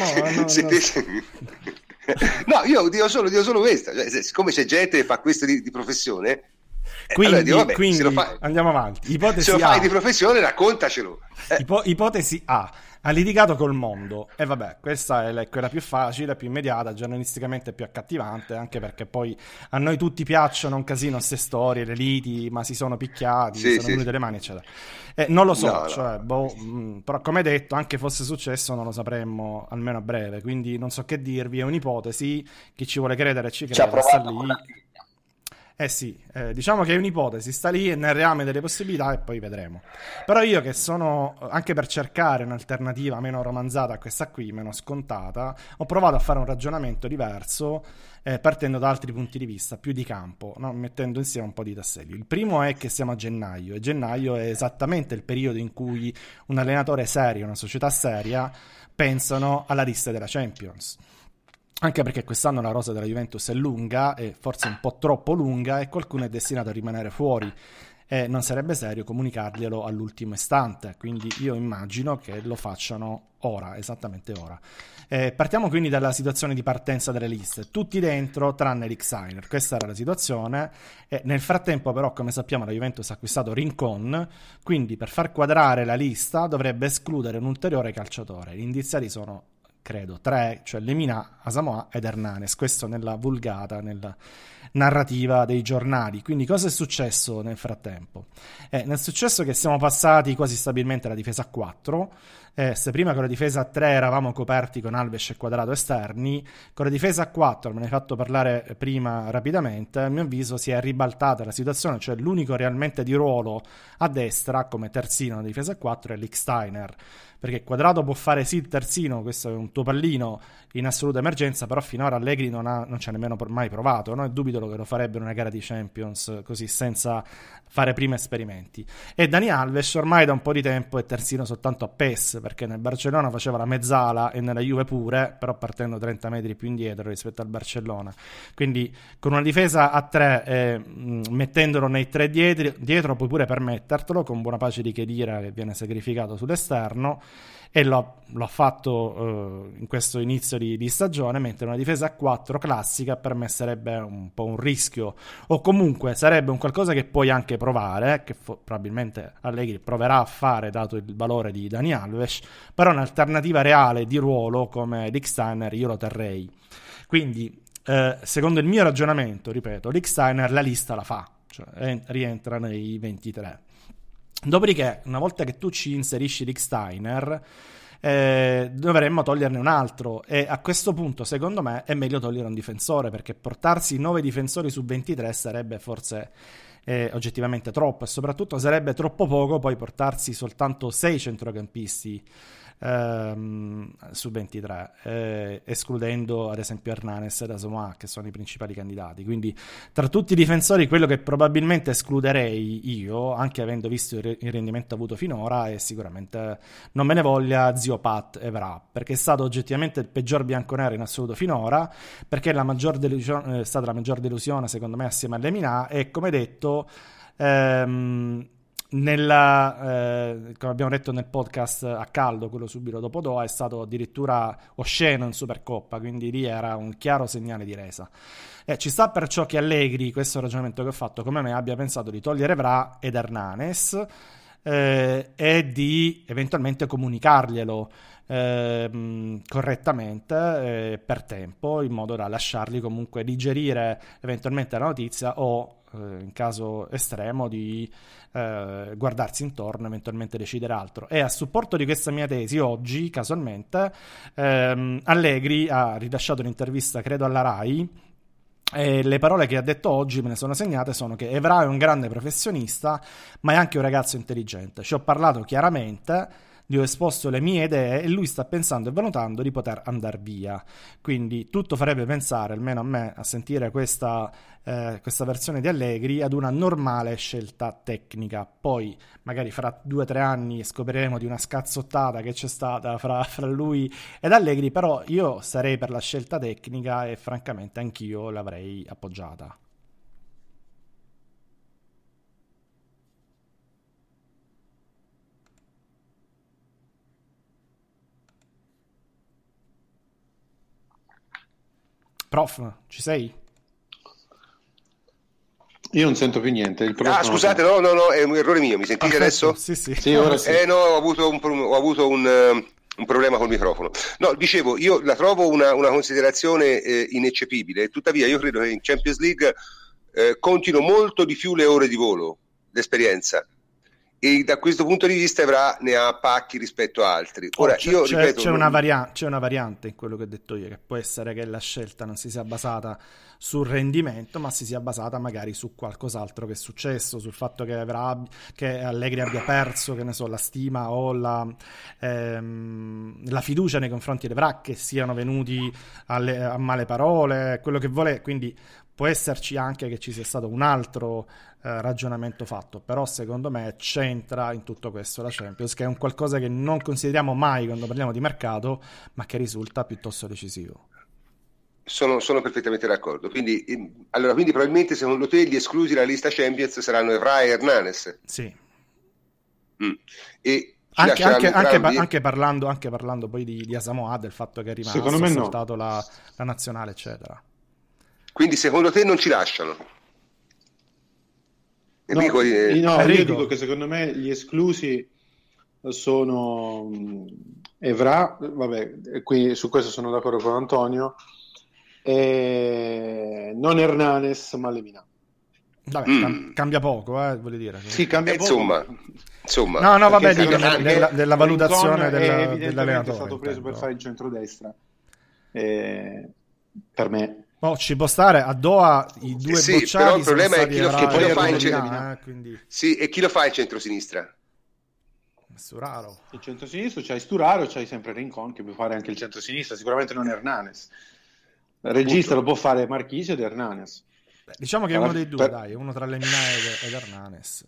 no, io dico solo questa, cioè, siccome c'è gente che fa questo di professione, quindi, allora dico, vabbè, quindi andiamo avanti. Ipotesi se lo fai A. di professione, raccontacelo. Ipotesi A. Ha litigato col mondo e vabbè, questa è quella più facile, più immediata, giornalisticamente più accattivante, anche perché poi a noi tutti piacciono un casino queste storie, le liti, ma si sono picchiati, sono venute le mani, eccetera. Non lo so, però come detto, anche fosse successo non lo sapremmo almeno a breve, quindi non so che dirvi, è un'ipotesi, chi ci vuole credere ci crede, sta lì. Sì, diciamo che è un'ipotesi, sta lì nel reame delle possibilità e poi vedremo. Però io che sono, anche per cercare un'alternativa meno romanzata a questa qui, meno scontata, ho provato a fare un ragionamento diverso, partendo da altri punti di vista, più di campo, no? Mettendo insieme un po' di tasselli. Il primo è che siamo a gennaio, e gennaio è esattamente il periodo in cui un allenatore serio, una società seria, pensano alla lista della Champions. Anche perché quest'anno la rosa della Juventus è lunga, e forse un po' troppo lunga, e qualcuno è destinato a rimanere fuori. E non sarebbe serio comunicarglielo all'ultimo istante, quindi io immagino che lo facciano ora, esattamente ora. Partiamo quindi dalla situazione di partenza delle liste, tutti dentro tranne Lixainer, questa era la situazione. Nel frattempo però, come sappiamo, la Juventus ha acquistato Rincon, quindi per far quadrare la lista dovrebbe escludere un ulteriore calciatore. Gli indiziati sono, credo, 3, cioè Lemina, Asamoah ed Hernanes, questo nella vulgata, nella narrativa dei giornali. Quindi cosa è successo nel frattempo? Nel successo che siamo passati quasi stabilmente alla difesa a 4, se prima con la difesa a 3 eravamo coperti con Alves e Quadrato esterni, con la difesa a 4, me ne hai fatto parlare prima rapidamente, a mio avviso si è ribaltata la situazione, cioè l'unico realmente di ruolo a destra come terzino nella difesa a 4 è Lichtsteiner, perché Quadrato può fare sì il terzino, questo è un tuo pallino in assoluta emergenza, però finora Allegri non ci ha nemmeno mai provato, no? E dubito che lo farebbe in una gara di Champions così senza fare prima esperimenti. E Dani Alves ormai da un po' di tempo è terzino soltanto a PES, perché nel Barcellona faceva la mezzala e nella Juve pure, però partendo 30 metri più indietro rispetto al Barcellona. Quindi con una difesa a 3 mettendolo nei 3 dietro puoi pure permettertelo, con buona pace di Khedira che viene sacrificato sull'esterno, e l'ha fatto in questo inizio di stagione, mentre una difesa a 4 classica per me sarebbe un po' un rischio, o comunque sarebbe un qualcosa che puoi anche provare, che probabilmente Allegri proverà a fare dato il valore di Dani Alves, però un'alternativa reale di ruolo come Lichtsteiner io lo terrei. Quindi secondo il mio ragionamento, ripeto, Lichtsteiner la lista la fa, cioè rientra nei 23. Dopodiché, una volta che tu ci inserisci Lichtsteiner, dovremmo toglierne un altro, e a questo punto secondo me è meglio togliere un difensore, perché portarsi 9 difensori su 23 sarebbe forse oggettivamente troppo, e soprattutto sarebbe troppo poco poi portarsi soltanto 6 centrocampisti su 23, escludendo ad esempio Hernanes ed Asamoah, che sono i principali candidati. Quindi tra tutti i difensori quello che probabilmente escluderei io, anche avendo visto il rendimento avuto finora, è sicuramente, non me ne voglia, zio Pat Evra, perché è stato oggettivamente il peggior bianconero in assoluto finora, perché è stata la maggior delusione secondo me assieme a Lemina, e come detto come abbiamo detto nel podcast a caldo, quello subito dopo Doha, è stato addirittura osceno in Supercoppa, quindi lì era un chiaro segnale di resa. Ci sta perciò che Allegri, questo ragionamento che ho fatto, come me, abbia pensato di togliere Evra ed Hernanes e di eventualmente comunicarglielo correttamente per tempo, in modo da lasciarli comunque digerire eventualmente la notizia, o in caso estremo di guardarsi intorno, eventualmente decidere altro. E a supporto di questa mia tesi oggi, casualmente, Allegri ha rilasciato un'intervista, credo alla Rai, e le parole che ha detto oggi, me ne sono segnate, sono che Evra è un grande professionista, ma è anche un ragazzo intelligente. Ci ho parlato chiaramente, gli ho esposto le mie idee e lui sta pensando e valutando di poter andare via. Quindi tutto farebbe pensare, almeno a me, a sentire questa versione di Allegri, ad una normale scelta tecnica. Poi magari fra 2 o 3 anni scopriremo di una scazzottata che c'è stata fra lui ed Allegri, però io sarei per la scelta tecnica e francamente anch'io l'avrei appoggiata. Prof, ci sei? Io non sento più niente. Scusate, no, è un errore mio. Mi sentite adesso? Sì, ora sì. No, ho avuto un problema col microfono. No, dicevo, io la trovo una considerazione ineccepibile, tuttavia io credo che in Champions League contino molto di più le ore di volo, l'esperienza, e da questo punto di vista Evra ne ha pacchi rispetto a altri. Ora, c'è una variante in quello che ho detto io, che può essere che la scelta non si sia basata sul rendimento, ma si sia basata magari su qualcos'altro che è successo, sul fatto che Allegri abbia perso, che ne so, la stima o la fiducia nei confronti di Evra, che siano venuti a male parole, quello che vuole. Quindi può esserci anche che ci sia stato un altro ragionamento fatto, però secondo me c'entra in tutto questo la Champions, che è un qualcosa che non consideriamo mai quando parliamo di mercato, ma che risulta piuttosto decisivo. Sono perfettamente d'accordo. Quindi probabilmente secondo te gli esclusi dalla lista Champions saranno Evra e Hernanes? Sì. E anche parlando poi di Asamoah, del fatto che è rimasto, secondo me saltato la nazionale, eccetera. Quindi secondo te non ci lasciano? Io dico che secondo me gli esclusi sono Evra, vabbè, qui su questo sono d'accordo con Antonio, e non Hernanes ma Lemina. Vabbè, cambia poco, voglio dire. Sì, cambia poco. Insomma. No, vabbè, dico della valutazione dell'allenatore. È stato preso per fare il centrodestra. Per me. Ci può stare a Doha i due bocciati, però il problema è chi lo fa in quindi... Sì, e chi lo fa in centrosinistra? Sturaro. Il centrosinistra c'hai Sturaro, c'hai sempre Rincon che può fare anche il centrosinistra, sicuramente non Hernanes. Il regista lo può fare Marchisio ed Hernanes. Diciamo che è uno dei due, dai, uno tra Lemina ed Hernanes.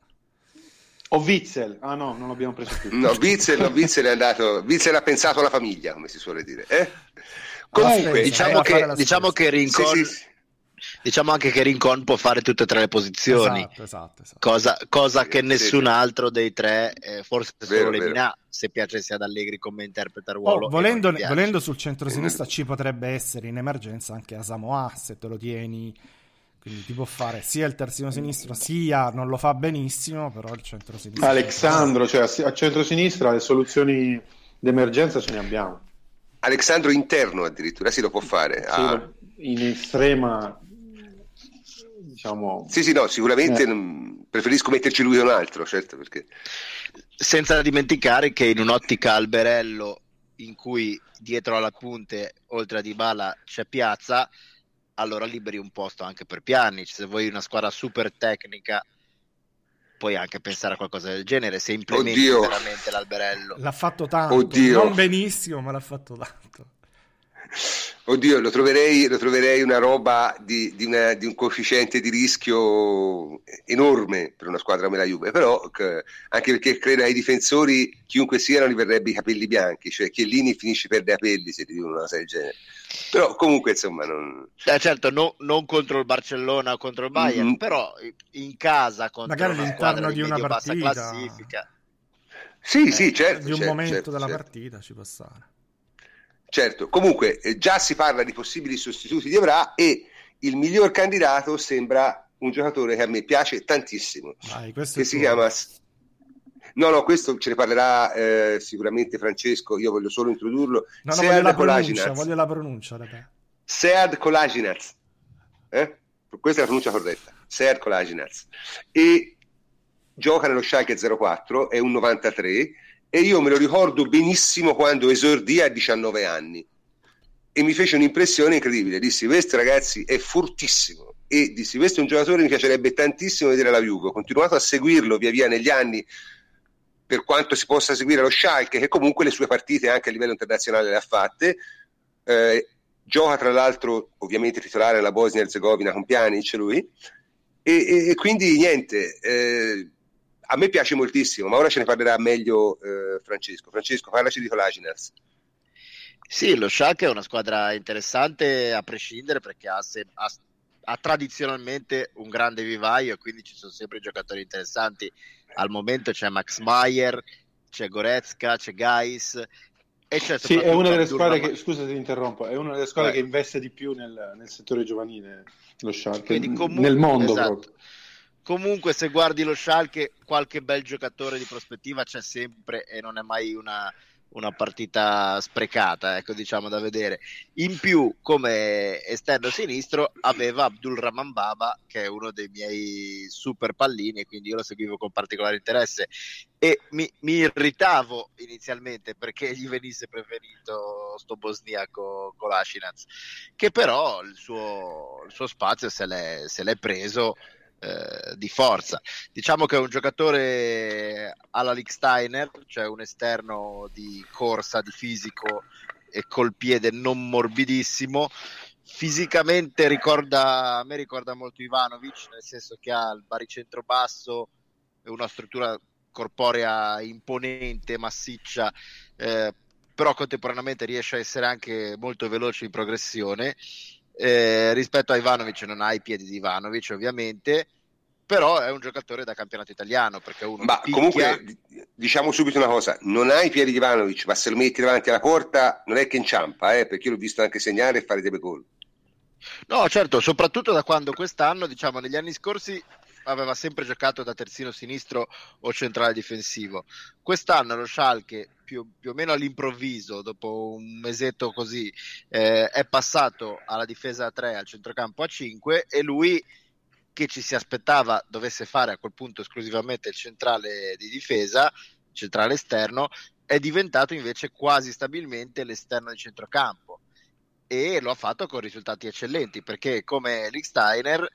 O Witzel. Ah no, non l'abbiamo preso più. No, Witzel è andato. Witzel ha pensato alla famiglia, come si suole dire. Comunque, diciamo che Rincon, diciamo anche che Rincon può fare tutte e tre le posizioni. Esatto. Cosa che nessun altro dei tre, forse solo Lemina, se piacesse ad Allegri come interpreta il ruolo. Volendo sul centro-sinistra ci potrebbe essere in emergenza anche Asamoah, se te lo tieni. Quindi ti può fare sia il terzino sinistro, sia non lo fa benissimo, però il centro-sinistra. Alexandro, cioè a centro-sinistra le soluzioni d'emergenza ce ne abbiamo. Alexandro interno addirittura lo può fare. In estrema, diciamo. Sì, no, sicuramente preferisco metterci lui che un altro, certo, perché. Senza dimenticare che in un'ottica alberello in cui dietro alla punte, oltre a Dybala, c'è Piazza, allora liberi un posto anche per Pjanic. Se vuoi una squadra super tecnica, puoi anche pensare a qualcosa del genere, se implementi veramente l'alberello. L'ha fatto tanto, non benissimo, ma l'ha fatto tanto. Oddio, lo troverei una roba di un coefficiente di rischio enorme per una squadra come la Juve, però anche perché credo ai difensori, chiunque siano, gli verrebbe i capelli bianchi, cioè Chiellini finisce per dei capelli se ti dicono una cosa del genere. Però comunque insomma non... certo, non contro il Barcellona o contro il Bayern, però in casa contro magari una all'interno squadra di una partita, classifica. Sì, certo. Di un momento della certo. partita ci può stare. Certo, comunque già si parla di possibili sostituti di Evra e il miglior candidato sembra un giocatore che a me piace tantissimo, che si chiama... No, questo ce ne parlerà sicuramente Francesco, io voglio solo introdurlo. Voglio la pronuncia. Sead Kolasinac. Questa è la pronuncia corretta. Sead Kolasinac. E gioca nello Schalke 04, è un 93, e io me lo ricordo benissimo quando esordì a 19 anni. E mi fece un'impressione incredibile. Dissi, questo ragazzi è fortissimo. E dissi, questo è un giocatore che mi piacerebbe tantissimo vedere alla Juve. Ho continuato a seguirlo via via negli anni, per quanto si possa seguire lo Schalke, che comunque le sue partite anche a livello internazionale le ha fatte. Gioca tra l'altro ovviamente titolare alla Bosnia e Erzegovina con Pjanic lui, e quindi niente, a me piace moltissimo, ma ora ce ne parlerà meglio Francesco. Francesco, parlaci di Kolasinac. Sì, lo Schalke è una squadra interessante a prescindere, perché ha tradizionalmente un grande vivaio, e quindi ci sono sempre giocatori interessanti. Al momento c'è Max Meyer, c'è Goretzka, c'è Gais, e c'è Sì, è una delle Abdulrahman. squadre che, scusa se ti interrompo, è una delle squadre che investe di più nel settore giovanile, lo Schalke, nel mondo, esatto. proprio. Comunque, se guardi lo Schalke, qualche bel giocatore di prospettiva c'è sempre, e non è mai una partita sprecata, ecco, diciamo, da vedere. In più, come esterno sinistro, aveva Abdulrahman Baba, che è uno dei miei super pallini, e quindi io lo seguivo con particolare interesse, e mi irritavo inizialmente perché gli venisse preferito sto bosniaco Kolasinac, che però il suo spazio se l'è preso di forza. Diciamo che è un giocatore alla Lichtsteiner, cioè un esterno di corsa, di fisico e col piede non morbidissimo. Fisicamente a me ricorda molto Ivanovic, nel senso che ha il baricentro basso e una struttura corporea imponente, massiccia, però contemporaneamente riesce a essere anche molto veloce in progressione. Rispetto a Ivanovic non ha i piedi di Ivanovic, ovviamente, però è un giocatore da campionato italiano, perché uno ma picchia. Comunque diciamo subito una cosa: non ha i piedi di Ivanovic, ma se lo metti davanti alla porta non è che inciampa, perché io l'ho visto anche segnare e fare dei gol. No, certo, soprattutto da quando quest'anno, diciamo, negli anni scorsi aveva sempre giocato da terzino sinistro o centrale difensivo. Quest'anno lo Schalke, più o meno all'improvviso, dopo un mesetto così, è passato alla difesa a 3, al centrocampo a 5, e lui, che ci si aspettava dovesse fare a quel punto esclusivamente il centrale di difesa, centrale esterno, è diventato invece quasi stabilmente l'esterno di centrocampo, e lo ha fatto con risultati eccellenti, perché come Lichtsteiner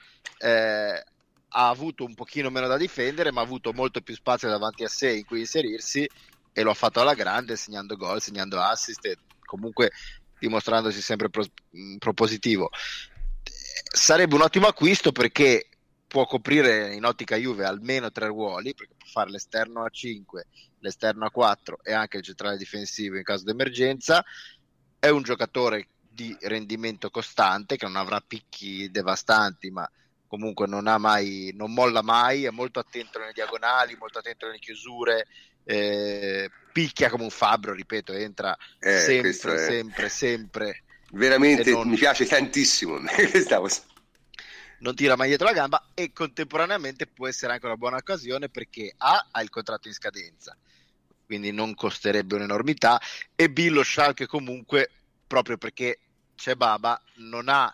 ha avuto un pochino meno da difendere, ma ha avuto molto più spazio davanti a sé in cui inserirsi, e lo ha fatto alla grande, segnando gol, segnando assist, e comunque dimostrandosi sempre propositivo. Sarebbe un ottimo acquisto, perché può coprire in ottica Juve almeno 3 ruoli, perché può fare l'esterno a 5, l'esterno a 4 e anche il centrale difensivo in caso di emergenza. È un giocatore di rendimento costante, che non avrà picchi devastanti, ma comunque non molla mai, è molto attento nelle diagonali, molto attento nelle chiusure, picchia come un fabbro, ripeto, entra sempre. Veramente mi piace tantissimo. Non tira mai dietro la gamba, e contemporaneamente può essere anche una buona occasione, perché ha il contratto in scadenza, quindi non costerebbe un'enormità, e B, lo Schalke comunque, proprio perché c'è Baba, non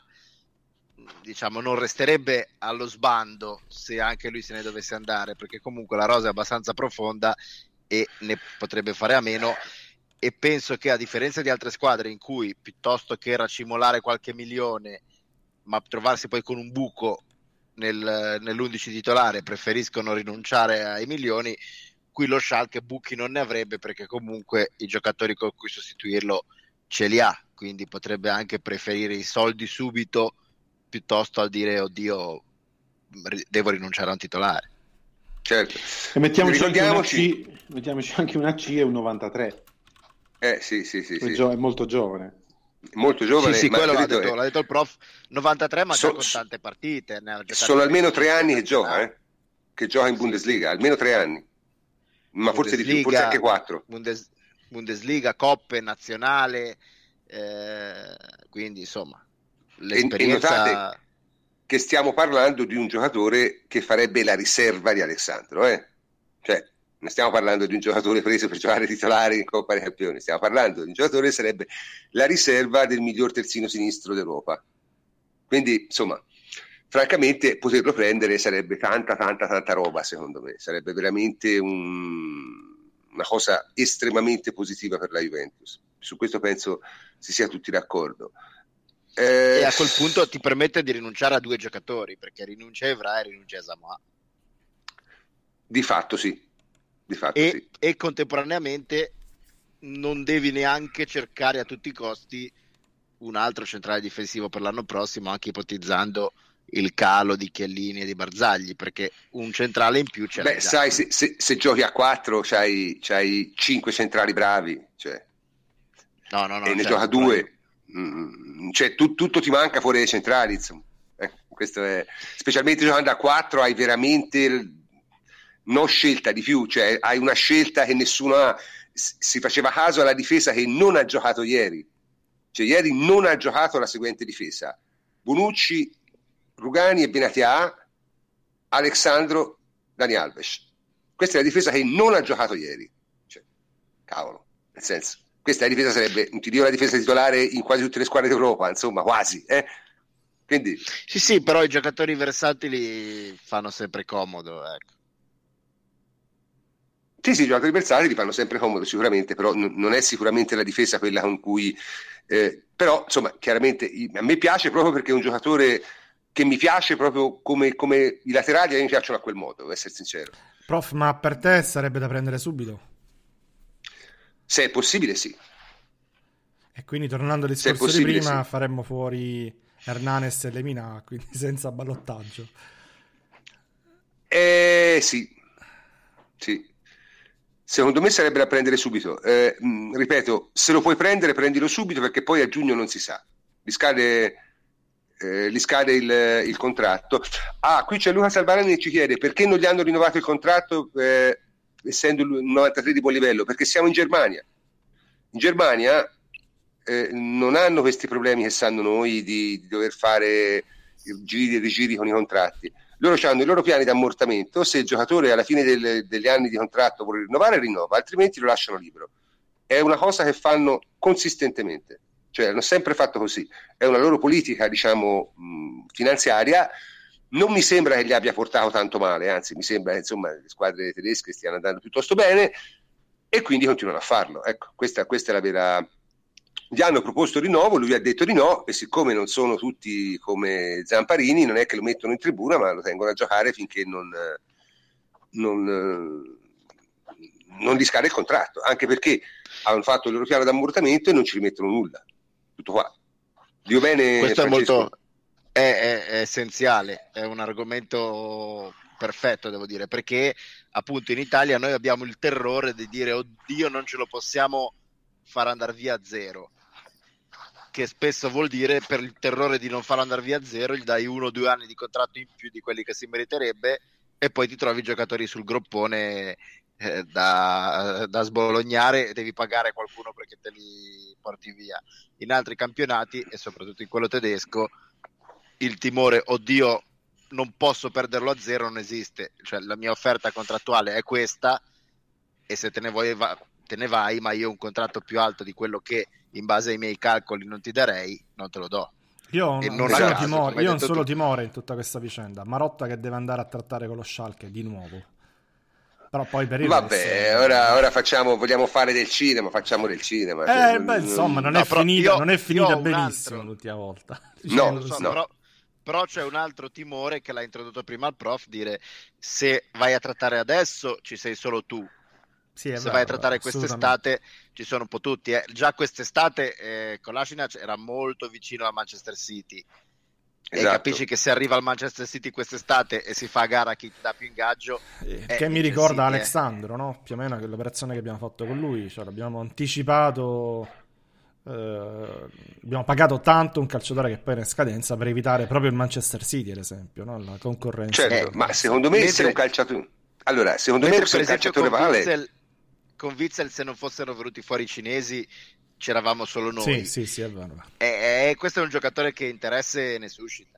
resterebbe allo sbando se anche lui se ne dovesse andare, perché comunque la rosa è abbastanza profonda e ne potrebbe fare a meno. E penso che, a differenza di altre squadre in cui, piuttosto che racimolare qualche milione ma trovarsi poi con un buco nell'11 titolare, preferiscono rinunciare ai milioni, qui lo Schalke buchi non ne avrebbe, perché comunque i giocatori con cui sostituirlo ce li ha, quindi potrebbe anche preferire i soldi subito piuttosto al dire oddio, devo rinunciare a un titolare. Certo. E mettiamoci anche una C e un 93. Sì. È molto giovane. Molto giovane, sì, ma quello l'ha detto il prof. 93, ma già con tante partite. Sono almeno 3 anni che gioca, che gioca in Bundesliga, almeno 3 anni, ma forse di più, forse anche 4. Bundesliga, coppe, nazionale, quindi insomma l'esperienza. E notate che stiamo parlando di un giocatore che farebbe la riserva di Alessandro, cioè non stiamo parlando di un giocatore preso per giocare titolare in Coppa dei Campioni, stiamo parlando di un giocatore che sarebbe la riserva del miglior terzino sinistro d'Europa. Quindi, insomma, francamente poterlo prendere sarebbe tanta roba, secondo me. Sarebbe veramente una cosa estremamente positiva per la Juventus. Su questo penso si sia tutti d'accordo. E a quel punto ti permette di rinunciare a 2 giocatori, perché rinuncia a Evra e rinuncia a Samoa. Di fatto sì. di fatto, e contemporaneamente non devi neanche cercare a tutti i costi un altro centrale difensivo per l'anno prossimo, anche ipotizzando il calo di Chiellini e di Barzagli, perché un centrale in più ce l'hai già. Sai, se giochi a 4 c'hai 5 centrali bravi, cioè. No, e ne gioca 2, cioè tutto ti manca fuori dai centrali, insomma. Questo è, specialmente giocando a 4 hai veramente no scelta di più, cioè hai una scelta che nessuno ha. Si faceva caso alla difesa che non ha giocato ieri, cioè ieri non ha giocato la seguente difesa: Bonucci, Rugani e Benatia, Alexandro, Dani Alves. Questa è la difesa che non ha giocato ieri, cioè, cavolo, nel senso, questa difesa sarebbe, non ti dico la difesa titolare in quasi tutte le squadre d'Europa, insomma, quasi, Quindi... Sì, però i giocatori versatili fanno sempre comodo, ecco. Sì, i giocatori versatili fanno sempre comodo sicuramente, però non è sicuramente la difesa quella con cui... però, insomma, chiaramente a me piace proprio perché è un giocatore che mi piace proprio come i laterali, a me mi piacciono a quel modo, devo essere sincero. Prof, ma per te sarebbe da prendere subito? Se è possibile, sì. E quindi, tornando al discorso di prima, sì, faremmo fuori Hernanes e Lemina, quindi senza ballottaggio. Sì. Secondo me sarebbe da prendere subito. Ripeto, se lo puoi prendere, prendilo subito, perché poi a giugno non si sa. Gli scade il contratto. Qui c'è Luca Salvarani che ci chiede perché non gli hanno rinnovato il contratto, essendo il 93 di buon livello. Perché siamo in Germania. In Germania non hanno questi problemi che sanno noi di dover fare giri e rigiri con i contratti. Loro hanno i loro piani di ammortamento. Se il giocatore alla fine degli anni di contratto vuole rinnovare, rinnova, altrimenti lo lasciano libero. È una cosa che fanno consistentemente, cioè hanno sempre fatto così. È una loro politica, diciamo, finanziaria. Non mi sembra che gli abbia portato tanto male, anzi mi sembra che insomma le squadre tedesche stiano andando piuttosto bene e quindi continuano a farlo. Ecco, questa è la vera... Gli hanno proposto rinnovo, lui ha detto di no, e siccome non sono tutti come Zamparini, non è che lo mettono in tribuna, ma lo tengono a giocare finché non gli scade il contratto, anche perché hanno fatto il loro piano d'ammortamento e non ci rimettono nulla. Tutto qua. Dio bene, questo Francesco. è essenziale, è un argomento perfetto, devo dire, perché appunto in Italia noi abbiamo il terrore di dire oddio, non ce lo possiamo far andare via a zero, che spesso vuol dire, per il terrore di non farlo andare via a zero, gli dai 1 o 2 anni di contratto in più di quelli che si meriterebbe e poi ti trovi giocatori sul groppone da sbolognare e devi pagare qualcuno perché te li porti via. In altri campionati e soprattutto in quello tedesco il timore oddio non posso perderlo a zero non esiste, cioè la mia offerta contrattuale è questa e se te ne vuoi te ne vai, ma io un contratto più alto di quello che in base ai miei calcoli non ti darei, non te lo do. Io ho un solo timore in tutta questa vicenda: Marotta che deve andare a trattare con lo Schalke di nuovo. Però poi per il resto... ora vogliamo fare del cinema, facciamo del cinema. Insomma, non è finita benissimo l'ultima volta. Però c'è un altro timore che l'ha introdotto prima il prof, dire se vai a trattare adesso ci sei solo tu. Sì, se vai a trattare quest'estate ci sono un po' tutti. Già quest'estate Kolasinac era molto vicino al Manchester City. Esatto. E capisci che se arriva al Manchester City quest'estate e si fa a gara chi dà più ingaggio, che mi ricorda Alexandro, no? Più o meno l'operazione che abbiamo fatto con lui, cioè l'abbiamo anticipato, abbiamo pagato tanto un calciatore che poi è in scadenza per evitare proprio il Manchester City, ad esempio, no? La concorrenza. Certo, ma secondo me se un calciatore vale... Con Witsel, se non fossero venuti fuori i cinesi, c'eravamo solo noi. Sì, è vero. Questo è un giocatore che interesse ne suscita.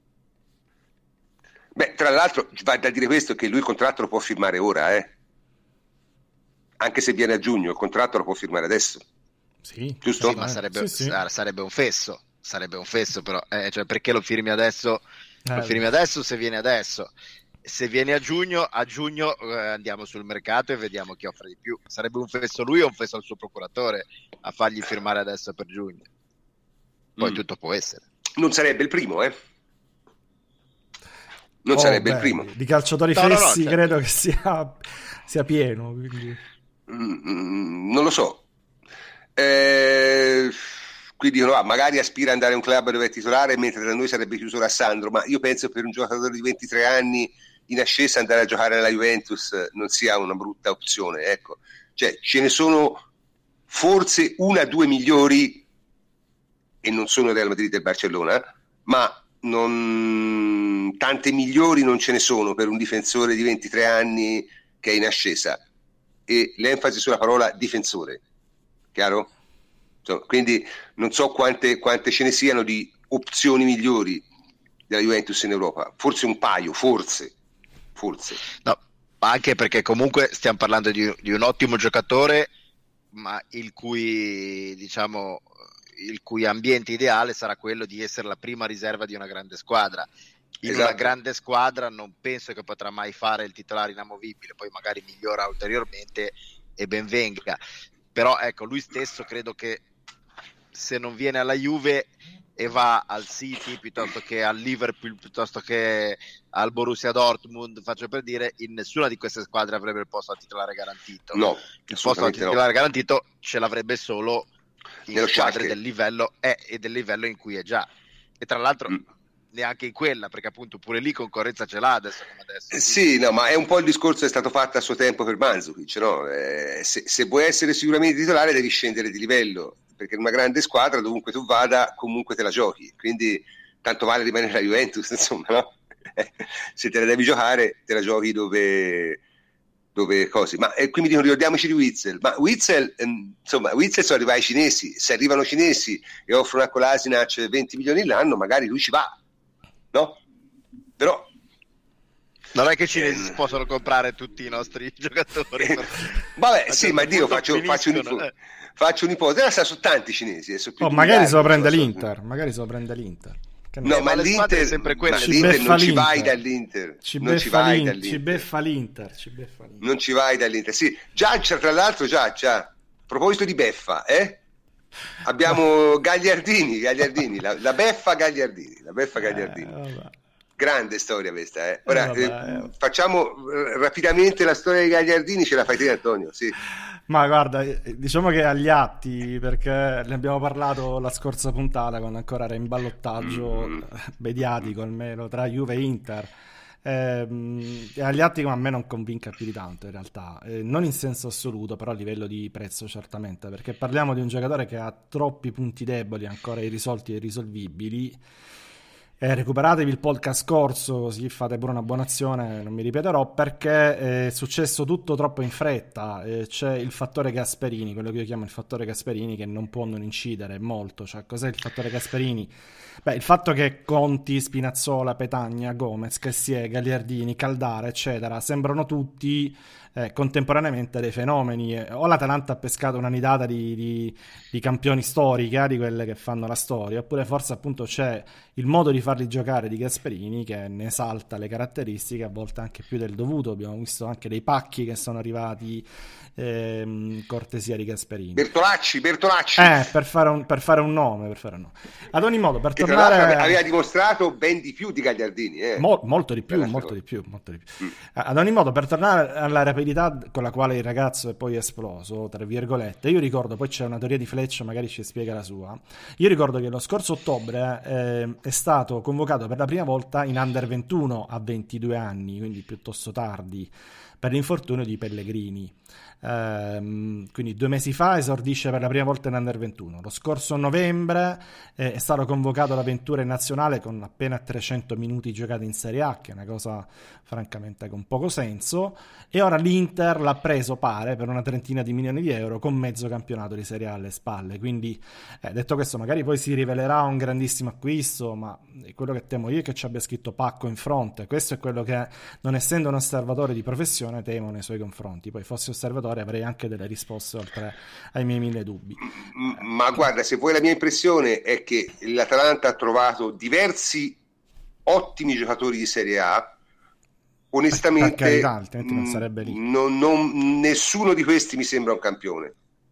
Beh, tra l'altro va da dire questo, che lui il contratto lo può firmare ora, anche se viene a giugno, il contratto lo può firmare adesso. Sì, giusto? Sì, ma sarebbe un fesso. Sarebbe un fesso, però, cioè, perché lo firmi adesso? Lo firmi adesso se viene adesso. Se viene a giugno andiamo sul mercato e vediamo chi offre di più. Sarebbe un fesso lui o un fesso al suo procuratore a fargli firmare adesso per giugno? Poi tutto può essere. Non sarebbe il primo, non sarebbe il primo. Di calciatori fessi certo. Credo che sia pieno, quindi. Non lo so. Qui dicono magari aspira ad andare a un club dove è titolare, mentre da noi sarebbe chiuso Rassandro, ma io penso per un giocatore di 23 anni in ascesa andare a giocare nella Juventus non sia una brutta opzione, ecco. Cioè ce ne sono forse 1 o 2 migliori e non sono il Real Madrid e il Barcellona, ma tante migliori non ce ne sono per un difensore di 23 anni che è in ascesa, e l'enfasi sulla parola difensore, chiaro? Quindi non so quante ce ne siano di opzioni migliori della Juventus in Europa, forse un paio, forse. No, anche perché comunque stiamo parlando di un ottimo giocatore, ma il cui ambiente ideale sarà quello di essere la prima riserva di una grande squadra. In una grande squadra non penso che potrà mai fare il titolare inamovibile, poi magari migliora ulteriormente e ben venga. Però ecco, lui stesso credo che se non viene alla Juve e va al City piuttosto che al Liverpool, piuttosto che al Borussia Dortmund, faccio per dire, in nessuna di queste squadre avrebbe il posto a titolare garantito. No, il posto a titolare garantito ce l'avrebbe solo in squadre del livello e del livello in cui è già. E tra l'altro neanche in quella, perché appunto pure lì concorrenza ce l'ha adesso come adesso. Sì, no, ma è un po' il discorso che è stato fatto a suo tempo per Mandzukic, no? Se vuoi essere sicuramente titolare devi scendere di livello, perché in una grande squadra dovunque tu vada comunque te la giochi, quindi tanto vale rimanere alla Juventus, insomma, no? Se te la devi giocare te la giochi dove cose. Ma quindi ricordiamoci di Witsel, ma Witsel sono arrivati i cinesi, se arrivano i cinesi e offrono a Kolasinac 20 milioni l'anno magari lui ci va, no? Però non è che i cinesi possono comprare tutti i nostri giocatori. Vabbè, sì, ma Dio, faccio un'ipotesi. Sono tanti cinesi. Magari se lo prende l'Inter. No, ma l'Inter è sempre quella. L'Inter non ci vai dall'Inter. Non ci beffa l'Inter. Non ci vai dall'Inter. Sì, già tra l'altro già. A proposito di beffa, abbiamo Gagliardini, la beffa Gagliardini. Grande storia questa, Ora facciamo rapidamente la storia di Gagliardini, ce la fai te, Antonio? Sì. Ma guarda, diciamo che agli atti, perché ne abbiamo parlato la scorsa puntata quando ancora era in ballottaggio mediatico almeno tra Juve e Inter, agli atti come a me non convinca più di tanto in realtà, non in senso assoluto, però a livello di prezzo certamente, perché parliamo di un giocatore che ha troppi punti deboli ancora irrisolti e irrisolvibili. Recuperatevi il podcast scorso, così fate pure una buona azione, non mi ripeterò, perché è successo tutto troppo in fretta. C'è il fattore Gasperini, quello che io chiamo il fattore Gasperini, che non può non incidere molto. Cioè, cos'è il fattore Gasperini? Il fatto che Conti, Spinazzola, Petagna, Gomez, Kessie, Gagliardini, Caldara, eccetera, sembrano tutti contemporaneamente dei fenomeni. O l'Atalanta ha pescato una nidata di campioni storiche, di quelle che fanno la storia, oppure forse appunto c'è il modo di farli giocare di Gasperini che ne esalta le caratteristiche, a volte anche più del dovuto. Abbiamo visto anche dei pacchi che sono arrivati cortesia di Gasperini. Bertolacci per fare un nome. Ad ogni modo, per tornare, aveva dimostrato ben di più di Gagliardini, molto di più. Ad ogni modo, per tornare alla rapidità con la quale il ragazzo è poi esploso, tra virgolette, io ricordo, poi c'è una teoria di Fleccia, magari ci spiega la sua. Io ricordo che lo scorso ottobre è stato convocato per la prima volta in Under 21 a 22 anni, quindi piuttosto tardi, per l'infortunio di Pellegrini. Quindi 2 mesi fa esordisce per la prima volta in Under 21. Lo scorso novembre è stato convocato all'avventura in nazionale con appena 300 minuti giocati in Serie A, che è una cosa francamente con poco senso, e ora l'Inter l'ha preso, pare, per una trentina di milioni di euro con mezzo campionato di Serie A alle spalle. Quindi detto questo, magari poi si rivelerà un grandissimo acquisto, ma quello che temo io è che ci abbia scritto Pacco in fronte. Questo è quello che, non essendo un osservatore di professione, temo nei suoi confronti. Poi fossi osservatore avrei anche delle risposte oltre ai miei 1000 dubbi. Ma guarda, se vuoi, la mia impressione è che l'Atalanta ha trovato diversi ottimi giocatori di Serie A. Onestamente altrimenti non sarebbe lì. Nessuno di questi mi sembra un campione.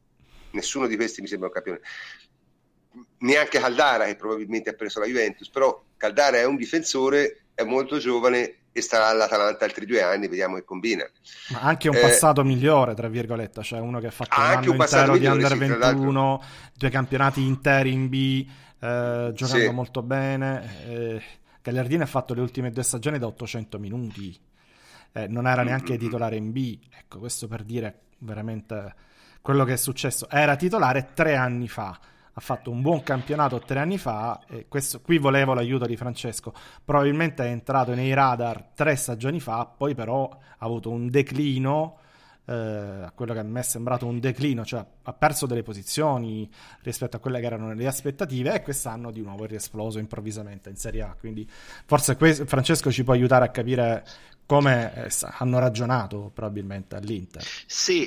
Neanche Caldara, che probabilmente ha preso la Juventus, però Caldara è un difensore, è molto giovane e starà all'Atalanta altri 2 anni, vediamo che combina. Ma anche un passato migliore, tra virgolette, cioè uno che ha fatto un anno un intero di migliore, Under 21, 2 campionati interi in B, giocando molto bene. Gagliardini ha fatto le ultime 2 stagioni da 800 minuti, non era neanche titolare in B. Ecco, questo per dire veramente quello che è successo. Era titolare 3 anni fa, ha fatto un buon campionato 3 anni fa, e qui volevo l'aiuto di Francesco. Probabilmente è entrato nei radar 3 stagioni fa, poi però ha avuto un declino, a quello che a me è sembrato un declino, cioè ha perso delle posizioni rispetto a quelle che erano le aspettative, e quest'anno di nuovo è riesploso improvvisamente in Serie A. Quindi forse Francesco ci può aiutare a capire come hanno ragionato probabilmente all'Inter. Sì,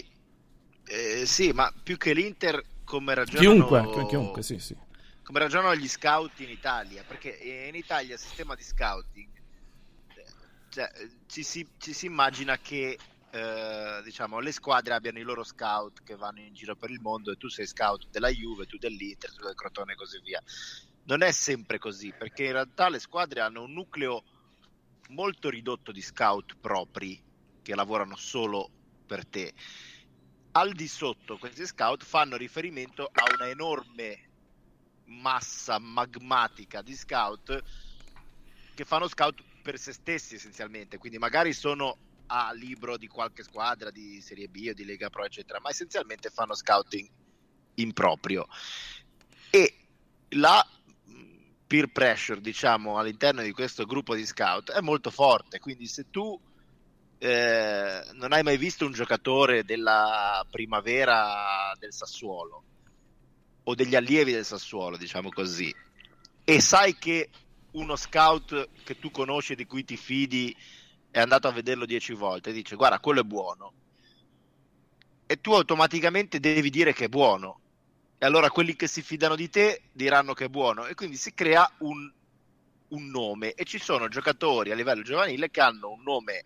ma più che l'Inter, come ragionano chiunque, sì. Come ragionano gli scout in Italia, perché in Italia il sistema di scouting, cioè, ci si immagina che diciamo le squadre abbiano i loro scout che vanno in giro per il mondo, e tu sei scout della Juve, tu dell'Inter, tu del Crotone e così via. Non è sempre così, perché in realtà le squadre hanno un nucleo molto ridotto di scout propri che lavorano solo per te. Al di sotto questi scout fanno riferimento a una enorme massa magmatica di scout che fanno scout per se stessi essenzialmente, quindi magari sono a libro di qualche squadra di Serie B o di Lega Pro eccetera, ma essenzialmente fanno scouting improprio, e la peer pressure, diciamo, all'interno di questo gruppo di scout è molto forte. Quindi se tu non hai mai visto un giocatore della primavera del Sassuolo o degli allievi del Sassuolo, diciamo così, e sai che uno scout che tu conosci e di cui ti fidi è andato a vederlo 10 volte e dice guarda quello è buono, e tu automaticamente devi dire che è buono, e allora quelli che si fidano di te diranno che è buono, e quindi si crea un nome, e ci sono giocatori a livello giovanile che hanno un nome,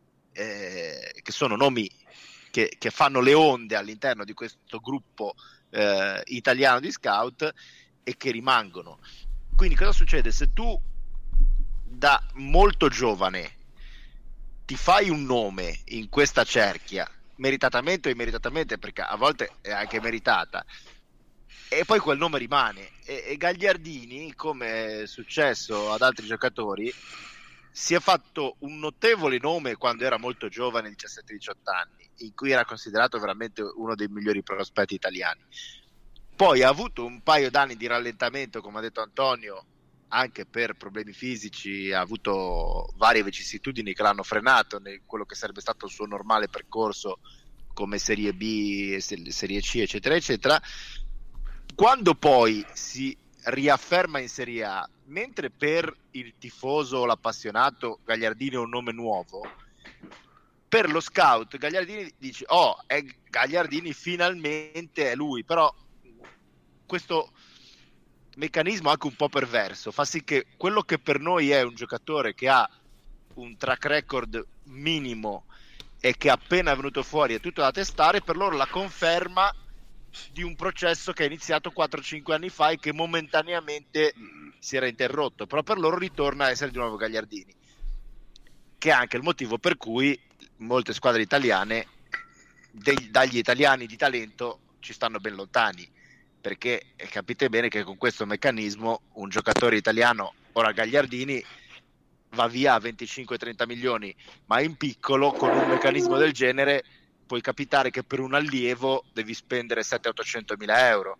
che sono nomi che fanno le onde all'interno di questo gruppo italiano di scout e che rimangono. Quindi cosa succede? Se tu da molto giovane ti fai un nome in questa cerchia, meritatamente o immeritatamente, perché a volte è anche meritata, e poi quel nome rimane, e Gagliardini, come è successo ad altri giocatori, si è fatto un notevole nome quando era molto giovane, 17-18 anni, in cui era considerato veramente uno dei migliori prospetti italiani. Poi ha avuto un paio d'anni di rallentamento, come ha detto Antonio, anche per problemi fisici, ha avuto varie vicissitudini che l'hanno frenato in quello che sarebbe stato il suo normale percorso come Serie B, Serie C, eccetera, eccetera. Quando poi si riafferma in Serie A, mentre per il tifoso o l'appassionato Gagliardini è un nome nuovo, per lo scout Gagliardini dice è Gagliardini, finalmente è lui. Però questo meccanismo anche un po' perverso fa sì che quello che per noi è un giocatore che ha un track record minimo e che appena è venuto fuori è tutto da testare, per loro la conferma di un processo che è iniziato 4-5 anni fa e che momentaneamente si era interrotto, però per loro ritorna a essere di nuovo Gagliardini, che è anche il motivo per cui molte squadre italiane dagli italiani di talento ci stanno ben lontani, perché capite bene che con questo meccanismo un giocatore italiano, ora Gagliardini, va via a 25-30 milioni, ma in piccolo con un meccanismo del genere puoi capitare che per un allievo devi spendere 700-800 mila euro,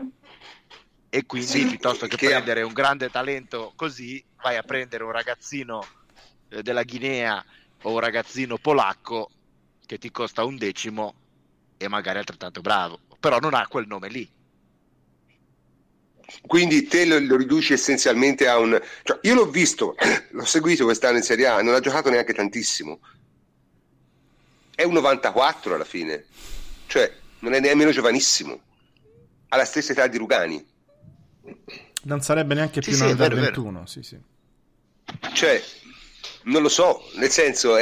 e quindi piuttosto che prendere un grande talento così, vai a prendere un ragazzino della Guinea o un ragazzino polacco che ti costa 1/10 e magari altrettanto bravo, però non ha quel nome lì. Quindi te lo riduci essenzialmente a un... Cioè, io l'ho visto, l'ho seguito quest'anno in Serie A, non ha giocato neanche tantissimo. È un 94 alla fine, cioè non è nemmeno giovanissimo, ha la stessa età di Rugani. Non sarebbe neanche più una 21, sì. Cioè, non lo so, nel senso,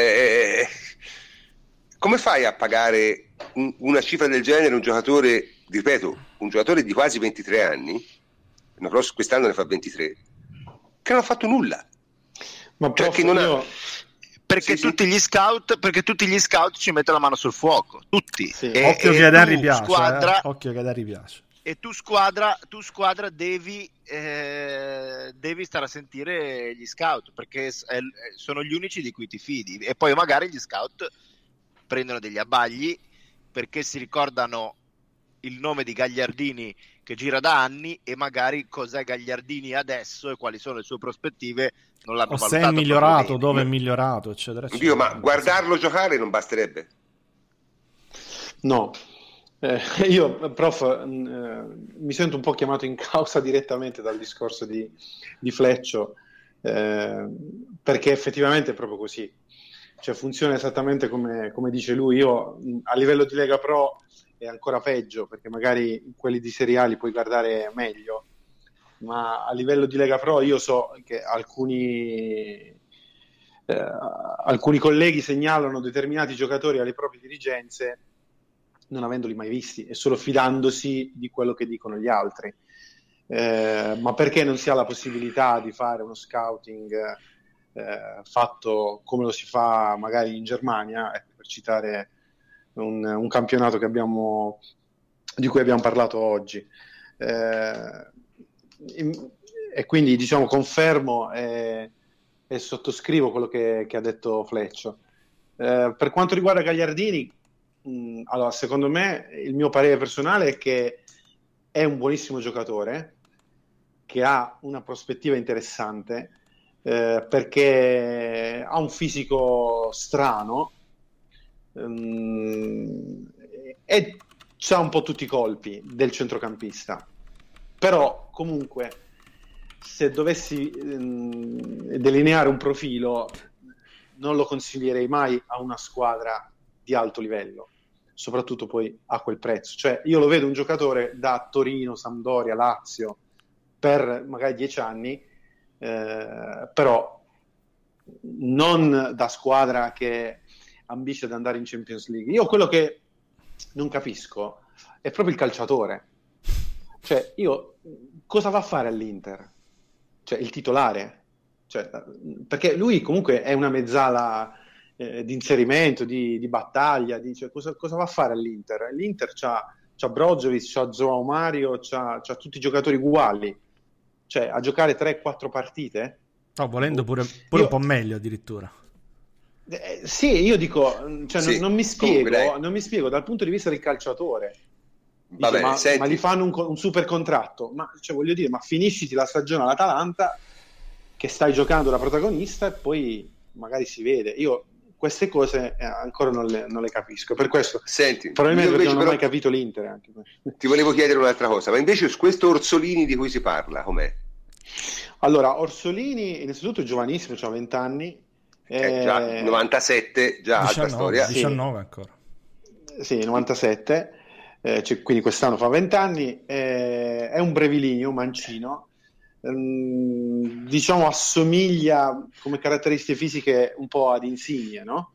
come fai a pagare una cifra del genere a un giocatore, ripeto, un giocatore di quasi 23 anni, quest'anno ne fa 23, che non ha fatto nulla. Ma cioè, che non ha... perché tutti gli scout ci mettono la mano sul fuoco, tutti. Sì. Occhio che ad Henry piace, squadra, occhio che ad Henry piace. E tu squadra devi stare a sentire gli scout, perché sono gli unici di cui ti fidi, e poi magari gli scout prendono degli abbagli perché si ricordano il nome di Gagliardini che gira da anni, e magari cos'è Gagliardini adesso e quali sono le sue prospettive non l'hanno O se valutato è migliorato, bene. dove è migliorato, eccetera, eccetera. Dio, ma guardarlo giocare non basterebbe? No. Io, prof, mi sento un po' chiamato in causa direttamente dal discorso di Fleccio, perché effettivamente è proprio così. Cioè funziona esattamente come dice lui. Io a livello di Lega Pro è ancora peggio, perché magari quelli di Serie A li puoi guardare meglio, ma a livello di Lega Pro io so che alcuni colleghi segnalano determinati giocatori alle proprie dirigenze non avendoli mai visti e solo fidandosi di quello che dicono gli altri. Ma perché non si ha la possibilità di fare uno scouting fatto come lo si fa magari in Germania, ecco, per citare un campionato di cui abbiamo parlato oggi, e quindi diciamo confermo e sottoscrivo quello che ha detto Fleccio. Per quanto riguarda Gagliardini, allora secondo me il mio parere personale è che è un buonissimo giocatore che ha una prospettiva interessante, perché ha un fisico strano, e c'ha un po' tutti i colpi del centrocampista, però comunque se dovessi delineare un profilo non lo consiglierei mai a una squadra di alto livello, soprattutto poi a quel prezzo. Cioè io lo vedo un giocatore da Torino, Sampdoria, Lazio per magari 10 anni, però non da squadra che ambisce ad andare in Champions League. Io quello che non capisco è proprio il calciatore. Cioè, cosa va a fare all'Inter? Cioè, il titolare? Cioè, perché lui comunque è una mezzala di inserimento, di battaglia, cioè, cosa va a fare all'Inter? L'Inter c'ha Brozovic, c'ha Joao Mario, c'ha tutti i giocatori uguali. Cioè, a giocare 3-4 partite? No, volendo pure un po' meglio addirittura. Sì, io dico, cioè, sì, non mi spiego dal punto di vista del calciatore. Dice, bene, ma gli fanno un super contratto, ma cioè, voglio dire, ma finisciti la stagione all'Atalanta che stai giocando da protagonista e poi magari si vede. Io queste cose ancora non le capisco, per questo probabilmente perché non ho mai capito l'Inter anche. Ti volevo chiedere un'altra cosa, ma invece questo Orsolini di cui si parla, com'è? Allora, Orsolini innanzitutto è giovanissimo, ha 20 anni, già 97, già 19, altra storia. 19 ancora. Sì, 97, quindi quest'anno fa 20 anni, è un brevilineo, mancino, diciamo assomiglia come caratteristiche fisiche un po' ad Insigne, no?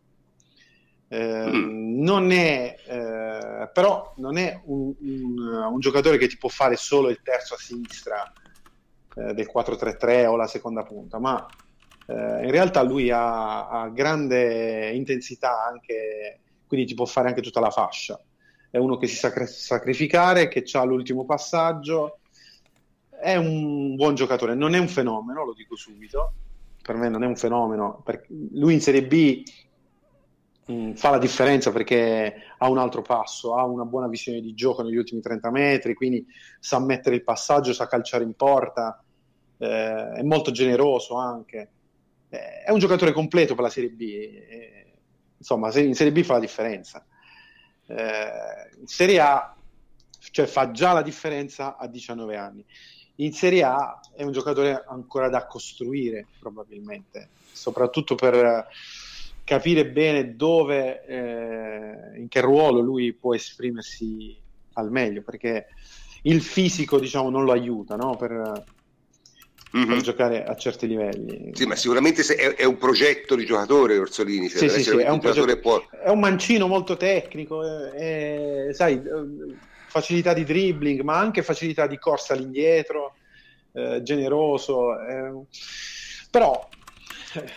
Non è però non è un giocatore che ti può fare solo il terzo a sinistra del 4-3-3 o la seconda punta, ma in realtà lui ha grande intensità anche, quindi ti può fare anche tutta la fascia. È uno che si sa sacrificare, che ha l'ultimo passaggio, è un buon giocatore, non è un fenomeno, lo dico subito, per me non è un fenomeno, perché lui in Serie B fa la differenza perché ha un altro passo, ha una buona visione di gioco negli ultimi 30 metri, quindi sa mettere il passaggio, sa calciare in porta, è molto generoso anche, è un giocatore completo per la Serie B, insomma in Serie B fa la differenza, in Serie A cioè fa già la differenza a 19 anni, in Serie A è un giocatore ancora da costruire probabilmente, soprattutto per capire bene dove, in che ruolo lui può esprimersi al meglio, perché il fisico diciamo non lo aiuta, no? per giocare a certi livelli. Sì, ma sicuramente è un progetto di giocatore Orsolini, sì, è un progetto, è un mancino molto tecnico, sai, facilità di dribbling, ma anche facilità di corsa all'indietro, generoso, però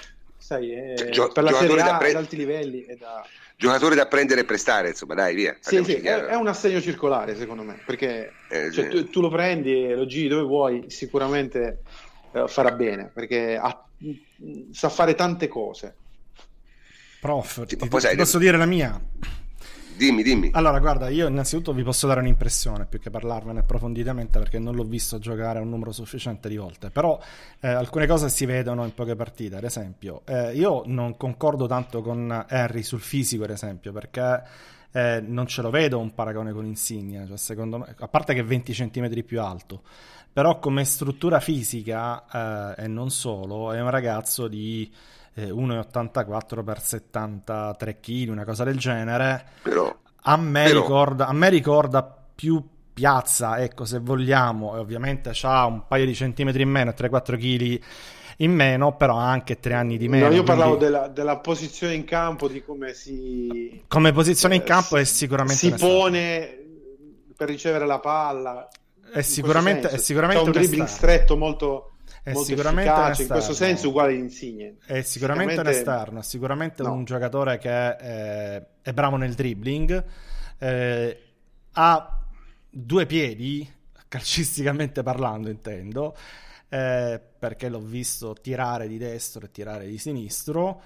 sai, per la Serie A ad alti livelli è da... Giocatore da prendere e prestare, insomma, dai, via. Sì, è un assegno circolare, secondo me, perché cioè, tu lo prendi e lo giri dove vuoi, sicuramente farà bene, perché sa fare tante cose. Prof, ti posso dire la mia? Dimmi. Allora, guarda, io innanzitutto vi posso dare un'impressione più che parlarvene approfonditamente, perché non l'ho visto giocare un numero sufficiente di volte, però alcune cose si vedono in poche partite. Ad esempio, io non concordo tanto con Henry sul fisico, ad esempio, perché non ce lo vedo un paragone con Insigne, cioè, secondo me, a parte che è 20 cm più alto, però come struttura fisica e non solo, è un ragazzo di 1,84 per 73 kg, una cosa del genere. Però a me ricorda più Piazza, ecco, se vogliamo, e ovviamente c'ha un paio di centimetri in meno, 3-4 kg in meno, però ha anche 3 anni di meno. No, io parlavo della posizione in campo, di come come posizione in campo è sicuramente si pone per ricevere la palla. È sicuramente c'è un dribbling stretto molto sicuramente efficace, in questo senso uguale ad Insigne. È sicuramente un esterno, sicuramente un giocatore che è bravo nel dribbling, ha 2 piedi, calcisticamente parlando intendo, perché l'ho visto tirare di destro e tirare di sinistro,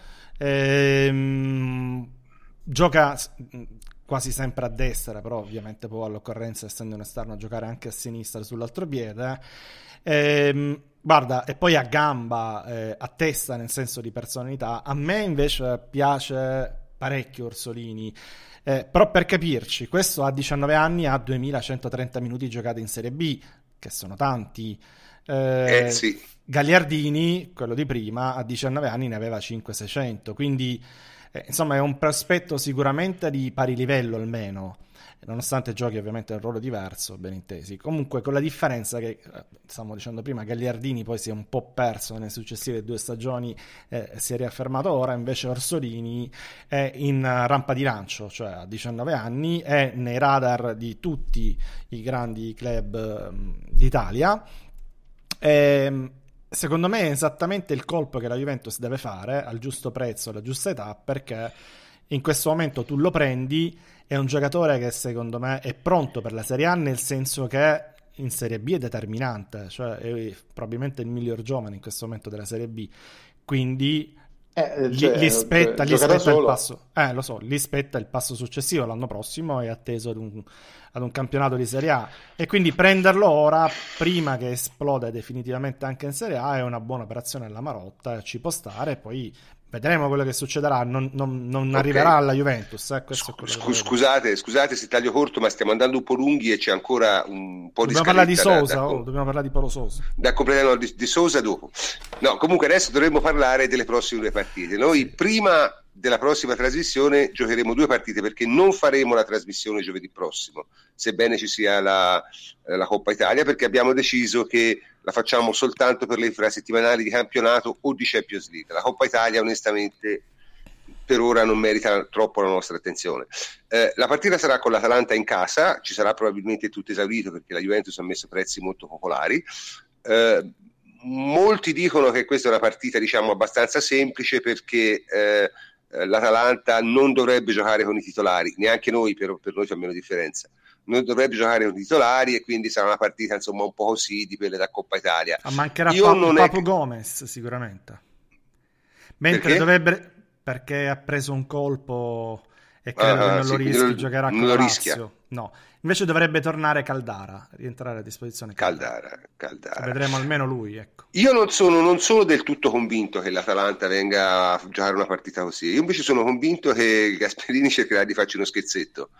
gioca quasi sempre a destra, però ovviamente può all'occorrenza, essendo un esterno, giocare anche a sinistra sull'altro piede. Guarda, e poi a gamba, a testa nel senso di personalità. A me invece piace parecchio Orsolini, però per capirci, questo a 19 anni ha 2130 minuti giocati in Serie B, che sono tanti. Sì. Gagliardini, quello di prima, a 19 anni ne aveva 500-600, quindi insomma è un prospetto sicuramente di pari livello almeno, nonostante giochi ovviamente un ruolo diverso, ben intesi. Comunque con la differenza che, stavamo dicendo prima, Gagliardini poi si è un po' perso nelle successive 2 stagioni, si è riaffermato ora, invece Orsolini è in rampa di lancio, cioè a 19 anni è nei radar di tutti i grandi club d'Italia. Secondo me è esattamente il colpo che la Juventus deve fare, al giusto prezzo, alla giusta età, perché in questo momento tu lo prendi, è un giocatore che secondo me è pronto per la Serie A, nel senso che in Serie B è determinante, cioè è probabilmente il miglior giovane in questo momento della Serie B, quindi gli spetta il passo, lo so, gli spetta il passo successivo l'anno prossimo, è atteso ad un campionato di Serie A, e quindi prenderlo ora, prima che esplode definitivamente anche in Serie A, è una buona operazione alla Marotta, ci può stare, poi vedremo quello che succederà, non arriverà alla Juventus. Scusate se taglio corto, ma stiamo andando un po' lunghi e c'è ancora un po' dobbiamo parlare di Sousa, dobbiamo parlare di Paulo Sousa. Da completare di Sousa dopo. No, comunque adesso dovremmo parlare delle prossime 2 partite. Noi prima della prossima trasmissione giocheremo 2 partite, perché non faremo la trasmissione giovedì prossimo, sebbene ci sia la Coppa Italia, perché abbiamo deciso che la facciamo soltanto per le infrasettimanali di campionato o di Champions League. La Coppa Italia onestamente per ora non merita troppo la nostra attenzione. La partita sarà con l'Atalanta in casa, ci sarà probabilmente tutto esaurito perché la Juventus ha messo prezzi molto popolari. Molti dicono che questa è una partita, diciamo, abbastanza semplice, perché l'Atalanta non dovrebbe giocare con i titolari, neanche noi, per noi c'è meno differenza, non dovrebbe giocare con i titolari, e quindi sarà una partita insomma un po' così, di quelle da Coppa Italia. Mancherà Papu Gomez sicuramente, mentre perché ha preso un colpo e credo che non lo rischi, giocherà con Lazio. No, invece dovrebbe tornare Caldara, rientrare a disposizione Caldara. Vedremo almeno lui, ecco. Io non sono del tutto convinto che l'Atalanta venga a giocare una partita così. Io invece sono convinto che Gasperini cercherà di farci uno scherzetto,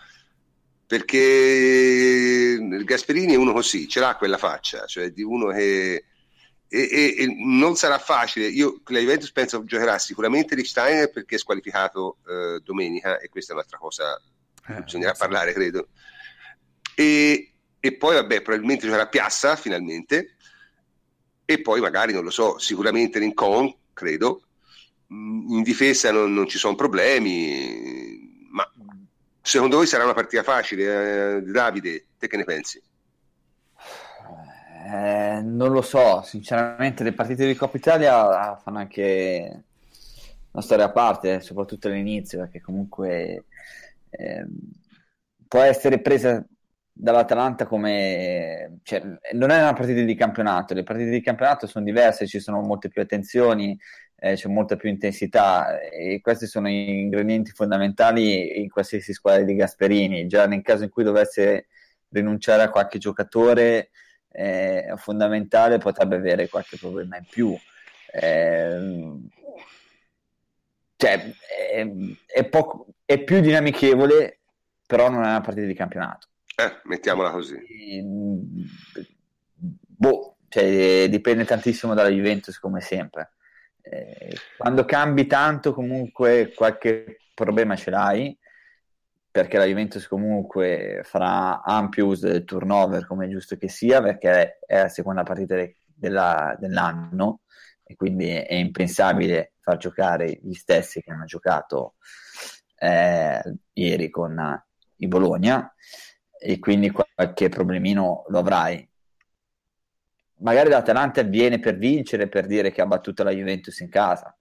perché Gasperini è uno così, ce l'ha quella faccia, cioè di uno che e non sarà facile. La Juventus penso giocherà sicuramente Lichtsteiner, perché è squalificato domenica, e questa è un'altra cosa di cui bisognerà parlare, credo, e poi vabbè, probabilmente giocherà Piazza finalmente, e poi magari, non lo so, sicuramente Rincon, credo. In difesa non ci sono problemi, ma secondo voi sarà una partita facile? Davide, te che ne pensi? Non lo so, sinceramente le partite di Coppa Italia fanno anche una storia a parte, soprattutto all'inizio, perché comunque può essere presa dall'Atalanta come... cioè, non è una partita di campionato, le partite di campionato sono diverse, ci sono molte più attenzioni, c'è molta più intensità, e questi sono gli ingredienti fondamentali in qualsiasi squadra di Gasperini. Già nel caso in cui dovesse rinunciare a qualche giocatore fondamentale, potrebbe avere qualche problema in più. Cioè, è più dinamichevole, però non è una partita di campionato. Mettiamola così. Cioè, dipende tantissimo dalla Juventus, come sempre. Quando cambi tanto, comunque qualche problema ce l'hai, perché la Juventus comunque farà ampio uso del turnover, come è giusto che sia, perché è la seconda partita dell'anno, e quindi è impensabile far giocare gli stessi che hanno giocato ieri con il Bologna, e quindi qualche problemino lo avrai. Magari l'Atalanta viene per vincere, per dire che ha battuto la Juventus in casa,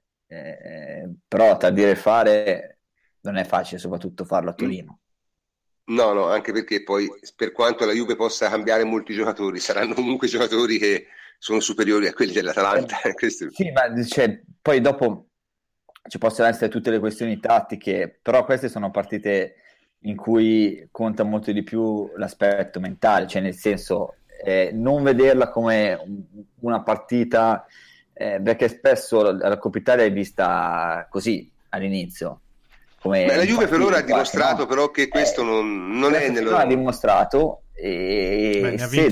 però tra dire e fare non è facile, soprattutto farlo a Torino. No, anche perché poi, per quanto la Juve possa cambiare molti giocatori, saranno comunque giocatori che sono superiori a quelli dell'Atalanta. Sì, ma poi dopo ci possono essere tutte le questioni tattiche, però queste sono partite in cui conta molto di più l'aspetto mentale, cioè nel senso non vederla come una partita, perché spesso la Coppa Italia è vista così all'inizio. La Juve per ora ha dimostrato, no? Però che questo non è nello... ha dimostrato, e se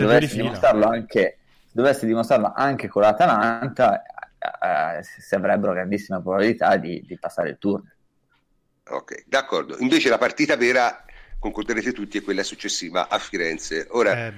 dovesse dimostrarlo anche con l'Atalanta, si avrebbero grandissima probabilità di passare il turno. Ok, d'accordo. Invece la partita vera, concorderete tutti, è quella successiva a Firenze. Ora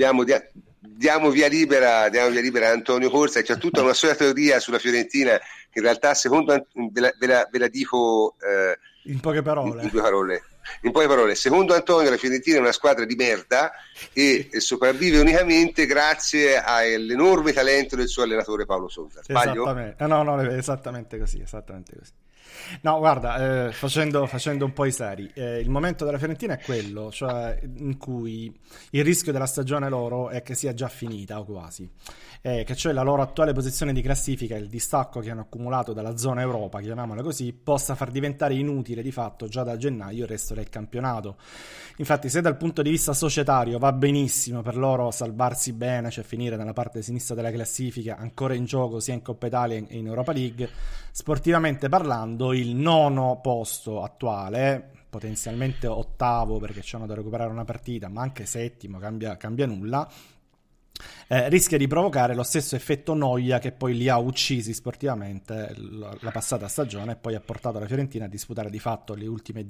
diamo via libera a Antonio Corsa, e c'è tutta una sua teoria sulla Fiorentina, che in realtà secondo ve la dico in poche parole. In poche parole, secondo Antonio la Fiorentina è una squadra di merda e sopravvive unicamente grazie all'enorme talento del suo allenatore Paolo Sousa. Sbaglio? Esattamente. No, esattamente così. No, guarda, facendo un po' i seri, il momento della Fiorentina è quello, cioè in cui il rischio della stagione loro è che sia già finita o quasi, che cioè la loro attuale posizione di classifica, il distacco che hanno accumulato dalla zona Europa, chiamiamola così, possa far diventare inutile di fatto già da gennaio il resto del campionato. Infatti, se dal punto di vista societario va benissimo per loro salvarsi bene, cioè finire nella parte sinistra della classifica, ancora in gioco sia in Coppa Italia che in Europa League, sportivamente parlando il nono posto attuale, potenzialmente ottavo perché c'hanno da recuperare una partita, ma anche settimo, cambia nulla, rischia di provocare lo stesso effetto noia che poi li ha uccisi sportivamente la passata stagione, e poi ha portato la Fiorentina a disputare di fatto le ultime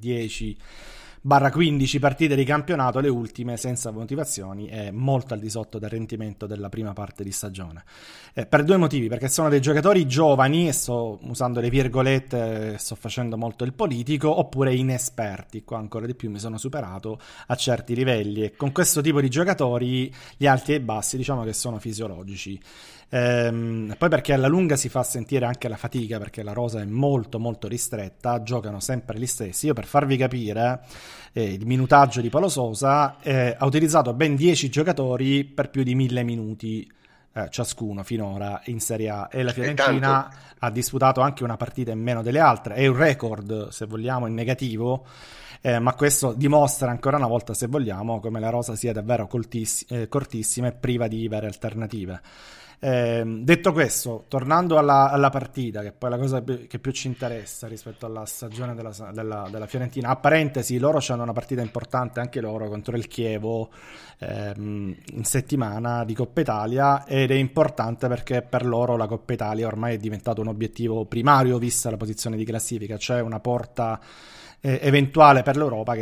10-15 partite di campionato, le ultime senza motivazioni e molto al di sotto del rendimento della prima parte di stagione, per due motivi: perché sono dei giocatori giovani, e sto usando le virgolette, sto facendo molto il politico, oppure inesperti. Qua ancora di più mi sono superato a certi livelli, e con questo tipo di giocatori gli alti e i bassi diciamo che sono fisiologici. Poi perché alla lunga si fa sentire anche la fatica, perché la rosa è molto molto ristretta, giocano sempre gli stessi. Io, per farvi capire il minutaggio di Paolo Sousa, ha utilizzato ben 10 giocatori per più di 1000 minuti ciascuno finora in Serie A, e la Fiorentina ha disputato anche una partita in meno delle altre. È un record, se vogliamo, in negativo, ma questo dimostra ancora una volta, se vogliamo, come la rosa sia davvero cortissima e priva di vere alternative. Detto questo, tornando alla partita, che poi è la cosa che più ci interessa rispetto alla stagione della Fiorentina, a parentesi, loro hanno una partita importante anche loro contro il Chievo in settimana di Coppa Italia, ed è importante perché per loro la Coppa Italia ormai è diventato un obiettivo primario vista la posizione di classifica, cioè una porta eventuale per l'Europa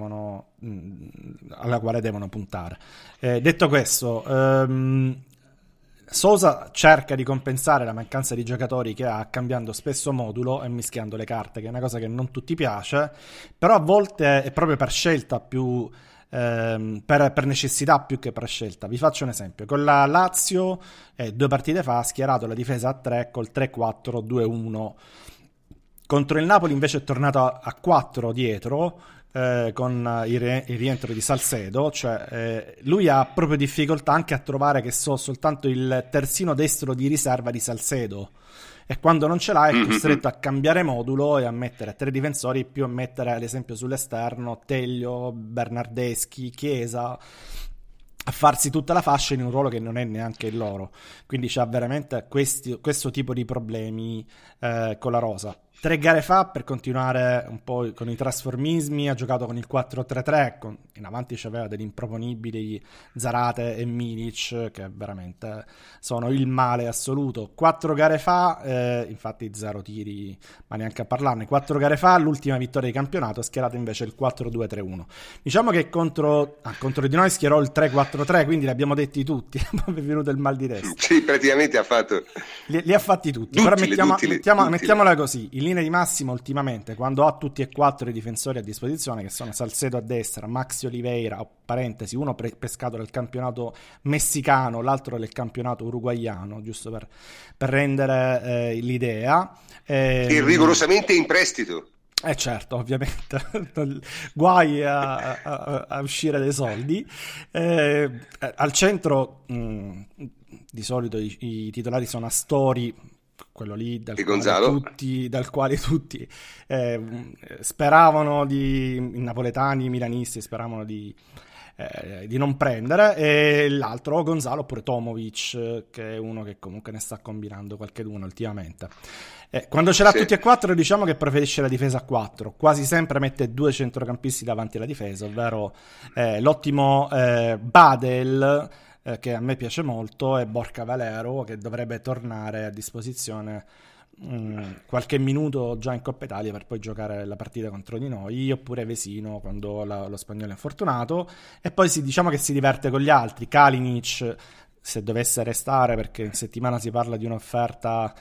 alla quale devono puntare. Detto questo, Sousa cerca di compensare la mancanza di giocatori che ha cambiando spesso modulo e mischiando le carte, che è una cosa che non tutti piace, però a volte è proprio per scelta più per necessità più che per scelta. Vi faccio un esempio: con la Lazio 2 partite fa ha schierato la difesa a 3 col 3-4-2-1, Contro il Napoli invece è tornato a 4 dietro, con il rientro di Salcedo, cioè lui ha proprio difficoltà anche a trovare, che so, soltanto il terzino destro di riserva di Salcedo, e quando non ce l'ha è costretto a cambiare modulo e a mettere 3 difensori, più a mettere ad esempio sull'esterno Teglio, Bernardeschi, Chiesa, a farsi tutta la fascia in un ruolo che non è neanche il loro. Quindi c'ha veramente questo tipo di problemi con la rosa. 3 gare fa, per continuare un po' con i trasformismi, ha giocato con il 4-3-3, in avanti c'aveva degli improponibili Zarate e Milic, che veramente sono il male assoluto. 4 gare fa, infatti 0 tiri, ma neanche a parlarne, 4 gare fa, l'ultima vittoria di campionato, ha schierato invece il 4-2-3-1. Diciamo che contro di noi schierò il 3-4-3, quindi li abbiamo detti tutti, mi è venuto il mal di testa. Sì, praticamente ha fatto... Li ha fatti tutti, però mettiamola così, in linea di massima ultimamente, quando ha tutti e 4 i difensori a disposizione, che sono Salcedo a destra, Maxi Oliveira, parentesi, uno pescato del campionato messicano, l'altro del campionato uruguaiano, giusto per rendere l'idea. E rigorosamente in prestito. Certo, ovviamente, guai a uscire dai soldi. Al centro di solito i titolari sono Astori, quello lì dal quale tutti speravano i napoletani, i milanisti speravano di non prendere, e l'altro Gonzalo oppure Tomovic, che è uno che comunque ne sta combinando qualcheduno ultimamente. Quando ce l'ha tutti e 4, diciamo che preferisce la difesa a 4, quasi sempre mette 2 centrocampisti davanti alla difesa, ovvero l'ottimo Badel, che a me piace molto, e Borca Valero, che dovrebbe tornare a disposizione qualche minuto già in Coppa Italia per poi giocare la partita contro di noi, oppure Vesino quando lo Spagnolo è infortunato, e poi diciamo che si diverte con gli altri. Kalinic, se dovesse restare, perché in settimana si parla di un'offerta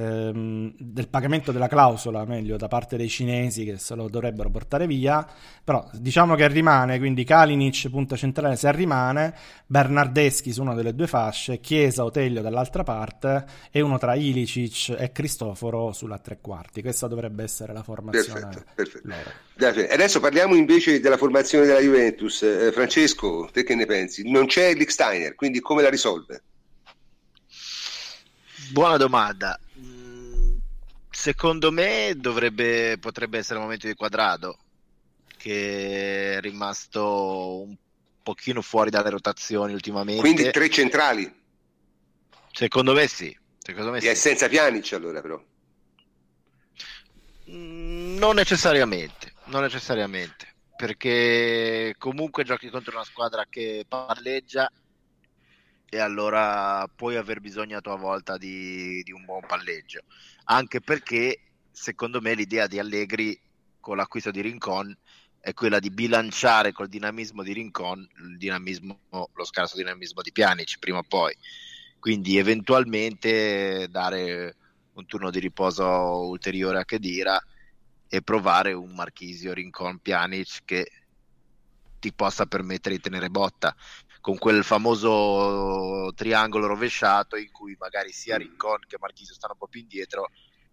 del pagamento della clausola, meglio, da parte dei cinesi, che se lo dovrebbero portare via, però diciamo che rimane, quindi Kalinic punta centrale se rimane, Bernardeschi su una delle 2 fasce, Chiesa o Teglio dall'altra parte, e uno tra Ilicic e Cristoforo sulla 3/4. Questa dovrebbe essere la formazione. Perfetto. Adesso parliamo invece della formazione della Juventus. Francesco, te che ne pensi? Non c'è Lichtsteiner, quindi come la risolve? Buona domanda. Secondo me potrebbe essere il momento di Quadrado, che è rimasto un pochino fuori dalle rotazioni ultimamente. Quindi 3 centrali? Secondo me sì. È senza Pjanic allora, però? Non necessariamente, perché comunque giochi contro una squadra che palleggia, e allora puoi aver bisogno a tua volta di un buon palleggio, anche perché secondo me l'idea di Allegri con l'acquisto di Rincon è quella di bilanciare col dinamismo di Rincon lo scarso dinamismo di Pjanic prima o poi, quindi eventualmente dare un turno di riposo ulteriore a Khedira e provare un Marchisio Rincon Pjanic che ti possa permettere di tenere botta, con quel famoso triangolo rovesciato in cui magari sia Rincon che Marchisio stanno un po' più indietro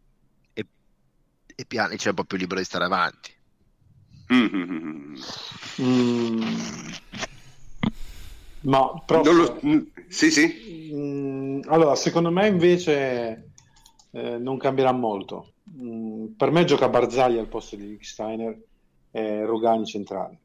e Pjanic è un po' più libero di stare avanti. No, sì. Allora, secondo me invece non cambierà molto. Per me gioca Barzagli al posto di Lichtsteiner e Rugani centrale.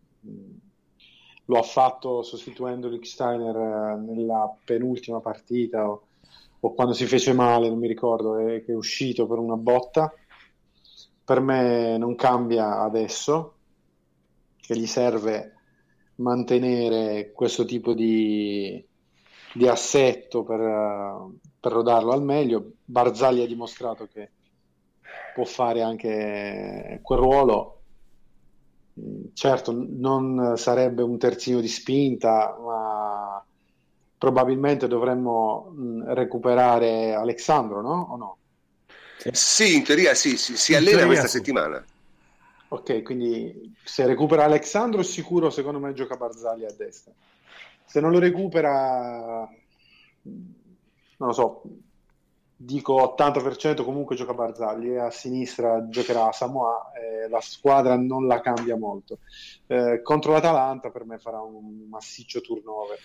Lo ha fatto sostituendo Lichtsteiner nella penultima partita o quando si fece male, non mi ricordo, che è uscito per una botta. Per me non cambia adesso, che gli serve mantenere questo tipo di assetto per rodarlo al meglio. Barzagli ha dimostrato che può fare anche quel ruolo. Certo, non sarebbe un terzino di spinta, ma probabilmente dovremmo recuperare Alexandro, no? O no? Sì, in teoria sì, si allena questa settimana. Ok, quindi se recupera Alexandro sicuro, secondo me gioca Barzagli a destra. Se non lo recupera, non lo so, dico 80% comunque gioca Barzagli, e a sinistra giocherà Samoa, la squadra non la cambia molto. Contro l'Atalanta per me farà un massiccio turnover.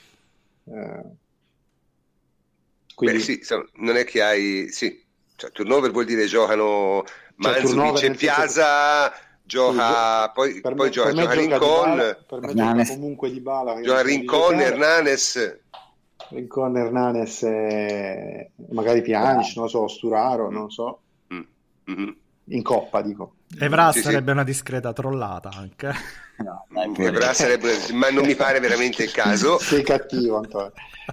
Quindi... Beh, sì, non è che hai... Sì, cioè, turnover vuol dire giocano Mandzukic e Piazza, gioca, sì, poi gioca Rincon, per me gioca comunque Dybala, gioca Rincon, Hernanes... Rincon, Hernanes e magari Pjanic, non lo so, Sturaro, non lo so. In coppa, dico. Evra sarebbe una discreta trollata anche. No, Evra sarebbe, ma non mi pare veramente il caso. Sei cattivo, Antonio.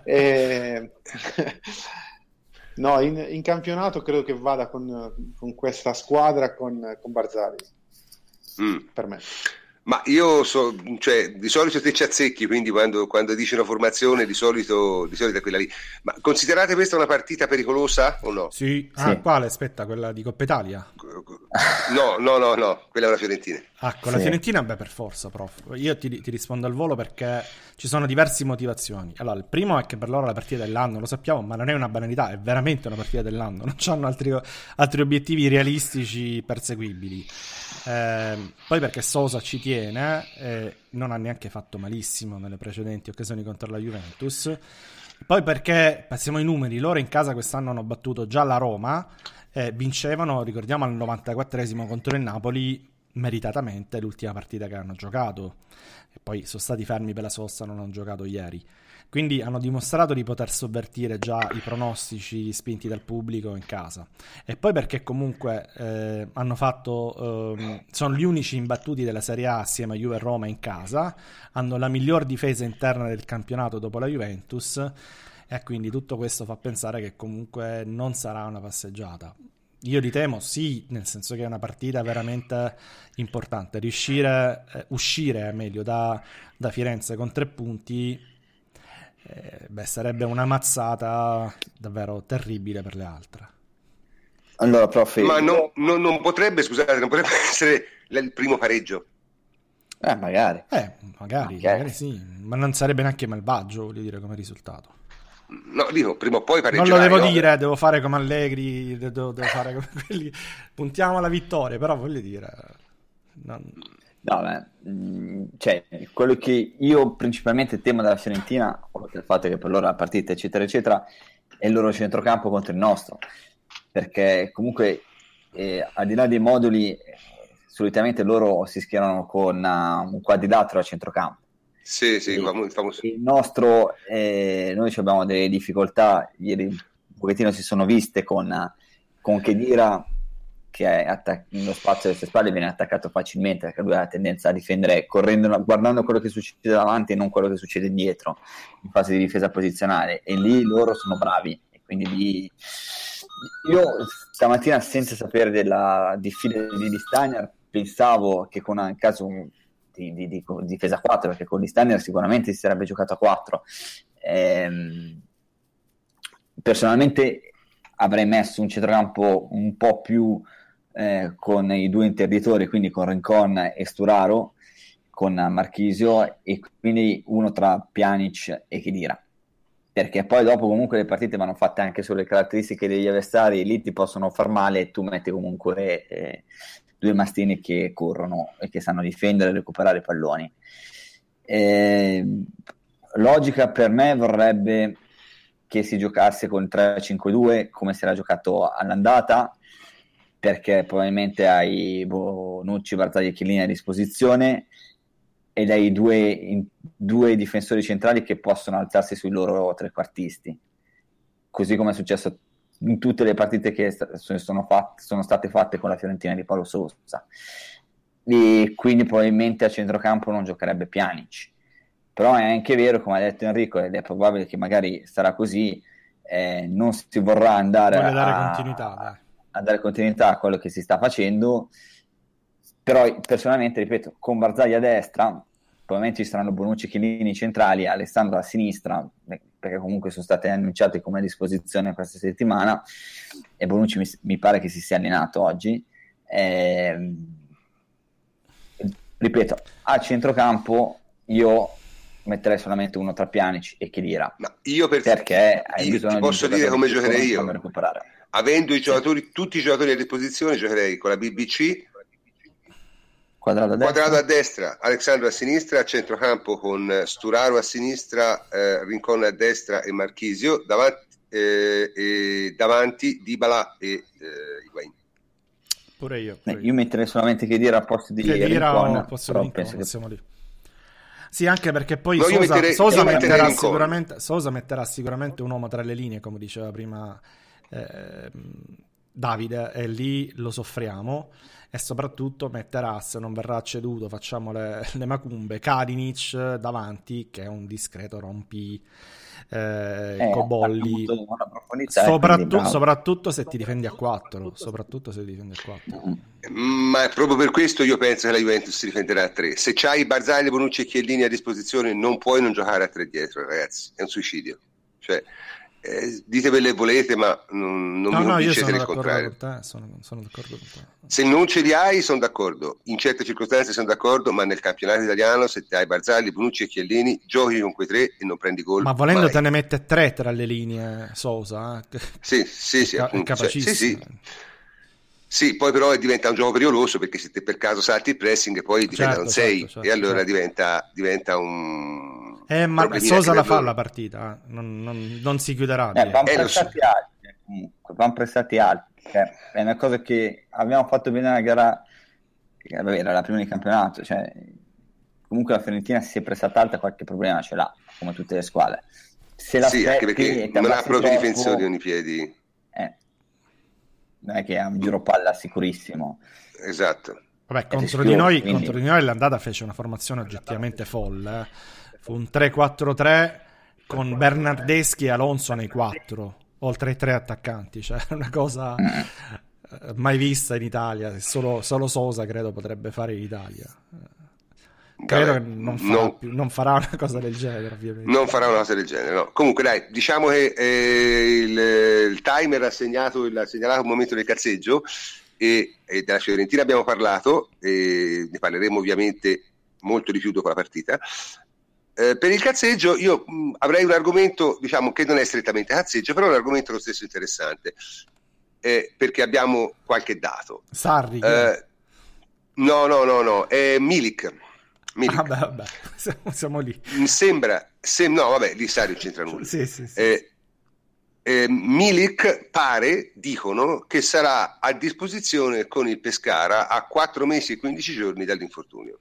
No, in campionato credo che vada con questa squadra con Barzagli. Per me. Ma io cioè, di solito te ci azzecchi, quindi quando dici una formazione di solito è quella lì. Ma considerate questa una partita pericolosa o no? Sì. Quale? Aspetta, quella di Coppa Italia? No, quella è una Fiorentina. Con la Fiorentina, beh, per forza, prof. Io ti rispondo al volo perché ci sono diverse motivazioni. Allora, il primo è che per loro la partita dell'anno, lo sappiamo, ma non è una banalità, è veramente una partita dell'anno. Non hanno altri obiettivi realistici perseguibili. Poi perché Sosa ci tiene, non ha neanche fatto malissimo nelle precedenti occasioni contro la Juventus. Poi perché, passiamo ai numeri, loro in casa quest'anno hanno battuto già la Roma, vincevano, ricordiamo, al 94esimo contro il Napoli, meritatamente l'ultima partita che hanno giocato, e poi sono stati fermi per la sosta, non hanno giocato ieri, quindi hanno dimostrato di poter sovvertire già i pronostici spinti dal pubblico in casa. E poi perché comunque hanno fatto sono gli unici imbattuti della Serie A assieme a Juve e Roma in casa, hanno la miglior difesa interna del campionato dopo la Juventus, e quindi tutto questo fa pensare che comunque non sarà una passeggiata. Io li temo, sì, nel senso che è una partita veramente importante. Uscire meglio da Firenze con 3 punti, sarebbe una mazzata davvero terribile per le altre. Allora, prof, ma non potrebbe, scusate, non potrebbe essere il primo pareggio? Magari Sì, ma non sarebbe neanche malvagio, voglio dire, come risultato. No, dico, prima o poi pareggerai. Non lo devo no? dire, devo fare come Allegri, devo fare come quelli, puntiamo alla vittoria, però voglio dire... cioè, quello che io principalmente temo della Fiorentina, oltre al fatto che per loro la partita eccetera eccetera, è il loro centrocampo contro il nostro, perché comunque al di là dei moduli solitamente loro si schierano con un quadrilatero a centrocampo. Sì, famoso. Il nostro, noi abbiamo delle difficoltà, ieri un pochettino si sono viste con Khedira, che è nello spazio delle sue spalle, viene attaccato facilmente perché lui ha la tendenza a difendere correndo, guardando quello che succede davanti e non quello che succede dietro in fase di difesa posizionale, e lì loro sono bravi, e quindi lì io stamattina, senza sapere della diffida di Stagner, pensavo che con un caso di difesa 4, perché con Stagner sicuramente si sarebbe giocato a 4, personalmente avrei messo un centrocampo un po' più con i 2 interditori, quindi con Rincon e Sturaro, con Marchisio, e quindi uno tra Pjanic e Khedira, perché poi dopo comunque le partite vanno fatte anche sulle caratteristiche degli avversari, lì ti possono far male e tu metti comunque 2 mastini che corrono e che sanno difendere e recuperare i palloni. Logica per me vorrebbe che si giocasse con 3-5-2 come si era giocato all'andata, perché probabilmente hai Nucci, Barzagli e Chiellini a disposizione, ed hai due difensori centrali che possono alzarsi sui loro trequartisti, così come è successo in tutte le partite che sono state fatte con la Fiorentina di Paolo Sousa. E quindi probabilmente a centrocampo non giocherebbe Pjanic, però è anche vero, come ha detto Enrico, ed è probabile che magari sarà così, non si vorrà andare a dare continuità a quello che si sta facendo. Però personalmente, ripeto, con Barzagli a destra probabilmente ci saranno Bonucci e Chiellini centrali, Alessandro a sinistra, perché comunque sono state annunciate come a disposizione questa settimana, e Bonucci mi pare che si sia allenato oggi. Ripeto, a centrocampo io metterei solamente uno tra Pjanic e Khedira. Ma io perché hai bisogno ti posso dire come giocherei io. avendo tutti i giocatori a disposizione, giocherei con la BBC, Quadrado a destra, Alexandro a sinistra, a centrocampo con Sturaro a sinistra, Rincon a destra e Marchisio, davanti Dybala e Higuain. Pure io. Io metterei solamente Khedira a posto di Rincon, passiamo lì. Sì, anche perché poi Sosa metterà sicuramente un uomo tra le linee, come diceva prima Davide, e lì lo soffriamo. E soprattutto metterà, se non verrà ceduto, facciamo le macumbe, Kalinic davanti, che è un discreto rompi cobolli, soprattutto se ti difendi a 4, ma proprio per questo io penso che la Juventus si difenderà a 3. Se c'hai Barzagli, Bonucci e Chiellini a disposizione, non puoi non giocare a 3 dietro, ragazzi, è un suicidio, cioè dite quelle volete, ma non mi convincete del contrario. Sono d'accordo con te. Se non ce li hai, sono d'accordo, in certe circostanze sono d'accordo, ma nel campionato italiano, se ti hai Barzagli, Bonucci e Chiellini, giochi con quei 3 e non prendi gol. Ma volendo mai. Te ne mette 3 tra le linee Sosa, sì, è capacissimo. Sì, poi però diventa un gioco pericoloso, perché se te per caso salti il pressing e poi diventa un 6 e allora diventa un ma Sosa la fa la partita, non si chiuderà. Vanno prestati alti. È una cosa che abbiamo fatto bene nella gara, che era la prima di campionato, cioè comunque la Fiorentina si è prestata alta, qualche problema ce l'ha, come tutte le squadre. Se anche perché non ha proprio difensori con i piedi. Non è che è un giro palla sicurissimo. Esatto. Vabbè, contro di noi l'andata fece una formazione oggettivamente folle. Fu un 3-4-3 con Bernardeschi e Alonso nei 4, oltre ai 3 attaccanti, cioè una cosa mai vista in Italia. Solo Sosa credo potrebbe fare in Italia. Credo che non farà una cosa del genere, ovviamente. Non farà una cosa del genere, no. Comunque dai, diciamo che il timer ha segnalato un momento del cazzeggio e della Fiorentina abbiamo parlato, e ne parleremo ovviamente molto di più dopo la partita. Per il cazzeggio io avrei un argomento, diciamo, che non è strettamente cazzeggio, però è un argomento lo stesso interessante, perché abbiamo qualche dato. Sarri? No, è Milik. Vabbè, siamo lì. No, vabbè, lì Sarri non c'entra nulla. Sì. Milik dicono che sarà a disposizione con il Pescara a 4 mesi e 15 giorni dall'infortunio.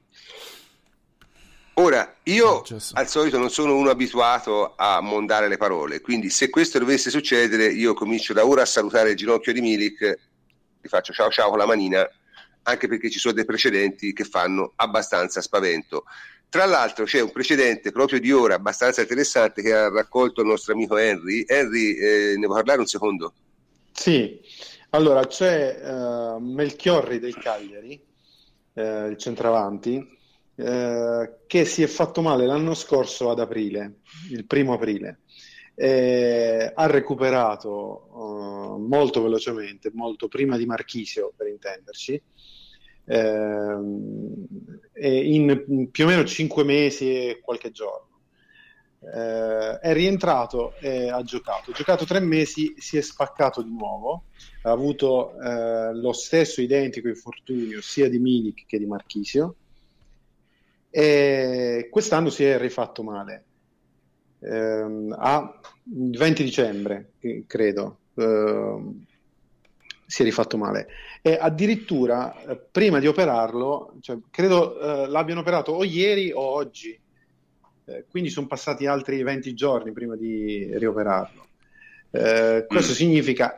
Ora, io al solito non sono uno abituato a mondare le parole, quindi se questo dovesse succedere io comincio da ora a salutare il ginocchio di Milik, gli faccio ciao con la manina, anche perché ci sono dei precedenti che fanno abbastanza spavento. Tra l'altro c'è un precedente proprio di ora abbastanza interessante che ha raccolto il nostro amico Henry. Henry, ne vuoi parlare un secondo? Sì, allora c'è Melchiorri del Cagliari, il centravanti, che si è fatto male l'anno scorso ad aprile, il 1° aprile. Ha recuperato molto velocemente, molto prima di Marchisio, per intenderci, in più o meno 5 mesi e qualche giorno. È rientrato e ha giocato 3 mesi, si è spaccato di nuovo, ha avuto lo stesso identico infortunio sia di Milik che di Marchisio, e quest'anno si è rifatto male. A 20 dicembre credo si è rifatto male, e addirittura prima di operarlo, cioè, credo l'abbiano operato o ieri o oggi, quindi sono passati altri 20 giorni prima di rioperarlo. Questo significa,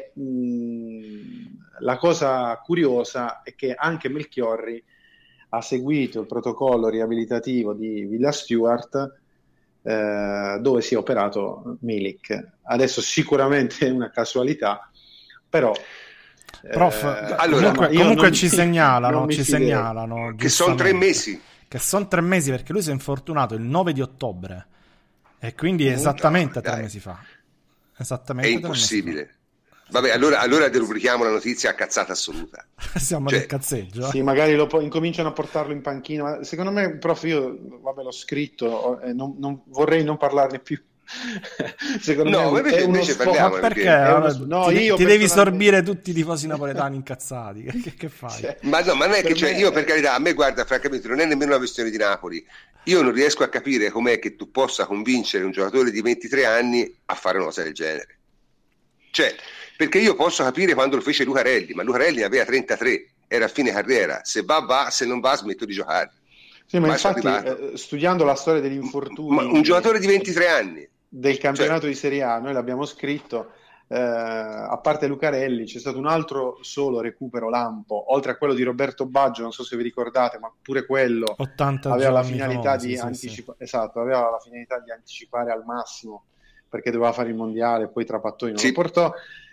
la cosa curiosa è che anche Melchiorri ha seguito il protocollo riabilitativo di Villa Stewart, dove si è operato Milik. Adesso sicuramente è una casualità, però Prof, allora, comunque ci segnalano che sono 3 mesi. Che sono 3 mesi, perché lui si è infortunato il 9 di ottobre e quindi esattamente 3 mesi fa. Esattamente. È impossibile. Vabbè, allora derubrichiamo la notizia a cazzata assoluta. Siamo nel cazzeggio. Sì, magari incominciano a portarlo in panchina. Secondo me, prof, io l'ho scritto, non vorrei non parlarne più. Secondo me invece, è uno invece parliamo perché no, ti io devi personalmente- sorbire tutti i tifosi napoletani incazzati. Che fai? Cioè, Ma no, ma non è che per me- io, per carità, a me guarda, francamente non è nemmeno una questione di Napoli. Io non riesco a capire com'è che tu possa convincere un giocatore di 23 anni a fare una cosa del genere. Cioè, perché io posso capire quando lo fece Lucarelli, ma Lucarelli ne aveva 33, era a fine carriera, se va, se non va smetto di giocare. Sì, ma Mai sono infatti, arrivato. studiando la storia degli infortuni Ma un giocatore di 23 anni, del campionato di Serie A, noi l'abbiamo scritto, a parte Lucarelli, c'è stato un altro solo recupero lampo, oltre a quello di Roberto Baggio, non so se vi ricordate, ma pure quello 80 aveva la giorni finalità famosi, di sì. esatto, aveva la finalità di anticipare al massimo perché doveva fare il mondiale, poi Trapattoni non Sì. lo portò.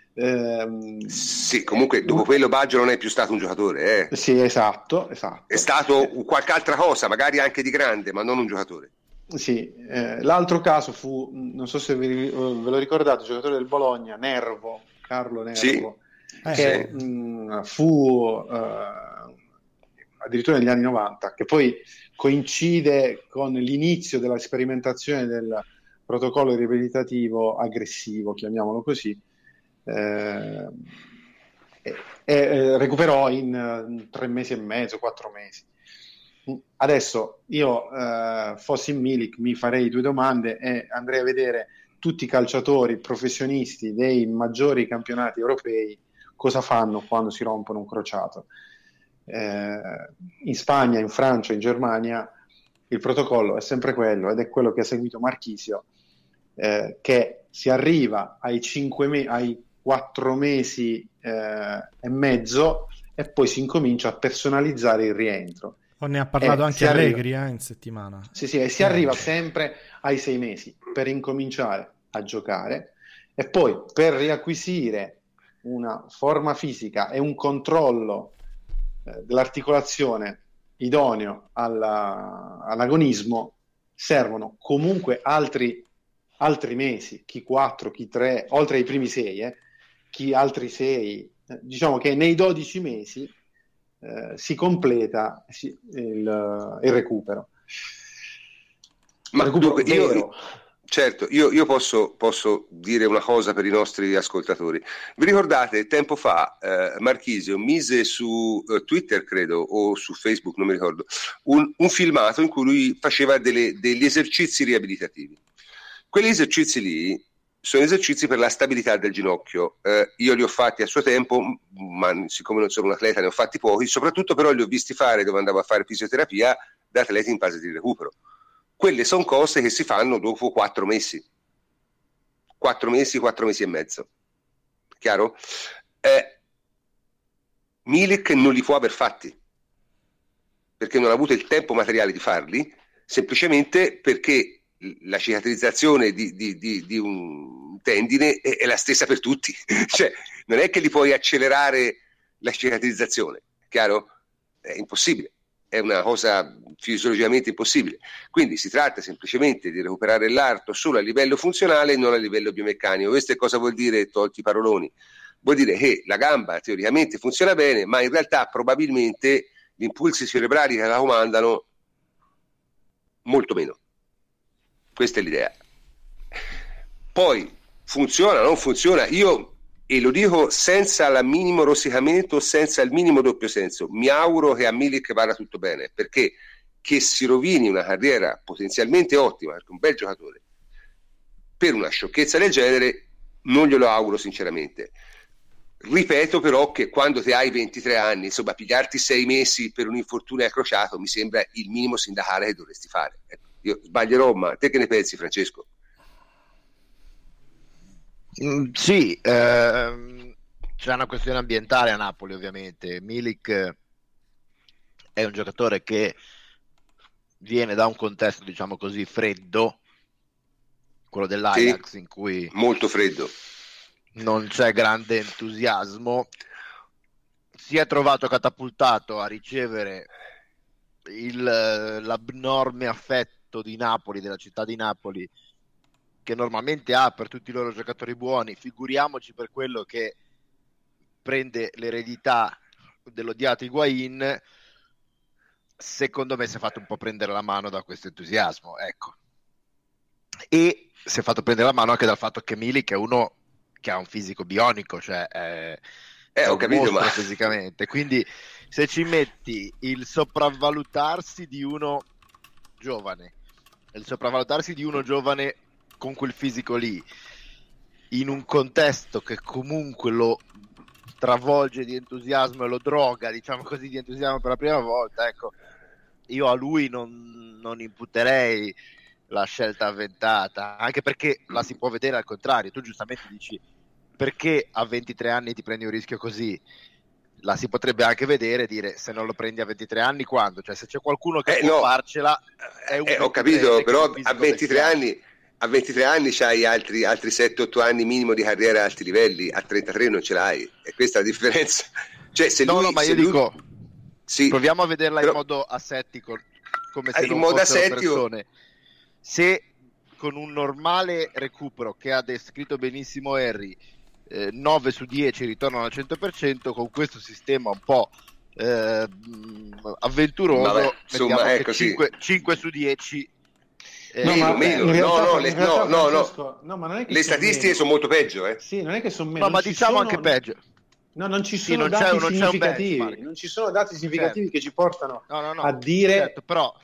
Sì, comunque dopo quello Baggio non è più stato un giocatore, Sì, esatto. È stato qualche altra cosa, magari anche di grande, ma non un giocatore. Sì, l'altro caso fu, non so se ve lo ricordate, il giocatore del Bologna, Carlo Nervo, Sì. che fu addirittura negli anni 90, che poi coincide con l'inizio della sperimentazione del protocollo riabilitativo aggressivo, chiamiamolo così, recuperò in 3 mesi e mezzo, 4 mesi. Adesso io fossi in Milik, mi farei 2 domande e andrei a vedere tutti i calciatori professionisti dei maggiori campionati europei cosa fanno quando si rompono un crociato. In Spagna, in Francia, in Germania il protocollo è sempre quello ed è quello che ha seguito Marchisio, che si arriva ai 4 mesi e mezzo e poi si incomincia a personalizzare il rientro. Ne ha parlato anche Allegri in settimana. Sì, e si arriva sempre ai 6 mesi per incominciare a giocare e poi per riacquisire una forma fisica e un controllo dell'articolazione idoneo all'agonismo servono comunque altri mesi, chi 4, chi 3, oltre ai primi 6, chi altri 6. Diciamo che nei 12 mesi si completa il recupero. Ma recupero vero. Certo, io posso dire una cosa per i nostri ascoltatori. Vi ricordate, tempo fa Marchisio mise su Twitter, credo, o su Facebook, non mi ricordo, un filmato in cui lui faceva degli esercizi riabilitativi. Quegli esercizi lì sono esercizi per la stabilità del ginocchio. Io li ho fatti a suo tempo, ma siccome non sono un atleta ne ho fatti pochi, soprattutto però li ho visti fare dove andavo a fare fisioterapia da atleti in fase di recupero. Quelle sono cose che si fanno dopo 4 mesi. 4 mesi e mezzo. Chiaro? Milik non li può aver fatti, perché non ha avuto il tempo materiale di farli, semplicemente perché la cicatrizzazione di un tendine è la stessa per tutti. Cioè, non è che li puoi accelerare la cicatrizzazione, chiaro? È impossibile. È una cosa fisiologicamente impossibile. Quindi si tratta semplicemente di recuperare l'arto solo a livello funzionale e non a livello biomeccanico. Questo è cosa vuol dire, tolti i paroloni? Vuol dire che la gamba teoricamente funziona bene, ma in realtà probabilmente gli impulsi cerebrali che la comandano molto meno. Questa è l'idea. Poi funziona o non funziona? Io, e lo dico senza il minimo rosicamento, senza il minimo doppio senso, mi auguro che a Milik vada tutto bene, perché che si rovini una carriera potenzialmente ottima, perché è un bel giocatore, per una sciocchezza del genere non glielo auguro sinceramente. Ripeto però che quando ti hai 23 anni, insomma, pigliarti 6 mesi per un infortunio al crociato mi sembra il minimo sindacale che dovresti fare. Io sbaglierò, ma te che ne pensi, Francesco? Sì, c'è una questione ambientale a Napoli, ovviamente. Milik è un giocatore che viene da un contesto, diciamo così, freddo, quello dell'Ajax, sì, in cui molto freddo, non c'è grande entusiasmo. Si è trovato catapultato a ricevere l'abnorme affetto di Napoli, della città di Napoli, che normalmente ha per tutti i loro giocatori buoni, figuriamoci per quello che prende l'eredità dell'odiato Higuain. Secondo me si è fatto un po' prendere la mano da questo entusiasmo, ecco. E si è fatto prendere la mano anche dal fatto che Milik è uno che ha un fisico bionico, cioè è ho un capito, mostro ma fisicamente, quindi se ci metti il sopravvalutarsi di uno giovane, con quel fisico lì, in un contesto che comunque lo travolge di entusiasmo e lo droga, diciamo così, di entusiasmo per la prima volta, ecco, io a lui non imputerei la scelta avventata, anche perché la si può vedere al contrario. Tu giustamente dici, perché a 23 anni ti prendi un rischio così? La si potrebbe anche vedere e dire, se non lo prendi a 23 anni, quando? Cioè, se c'è qualcuno che può farcela, è un ho capito, però a 23 anni anni c'hai altri 7-8 anni minimo di carriera a alti livelli, a 33 non ce l'hai, e questa è la differenza. Cioè, se lui, ma io dico, sì, proviamo a vederla in modo asettico, come se non fossero persone. Se con un normale recupero, che ha descritto benissimo Harry, 9 su 10 ritornano al 100%, con questo sistema un po' avventuroso, vabbè, insomma, mettiamo che 5 su 10 meno. No, ma non è che le statistiche sono molto peggio, Sì, non è che sono meno. No, ma diciamo anche peggio. No, non ci sono dati significativi. Non ci sono dati significativi che ci portano a dire. Certo, però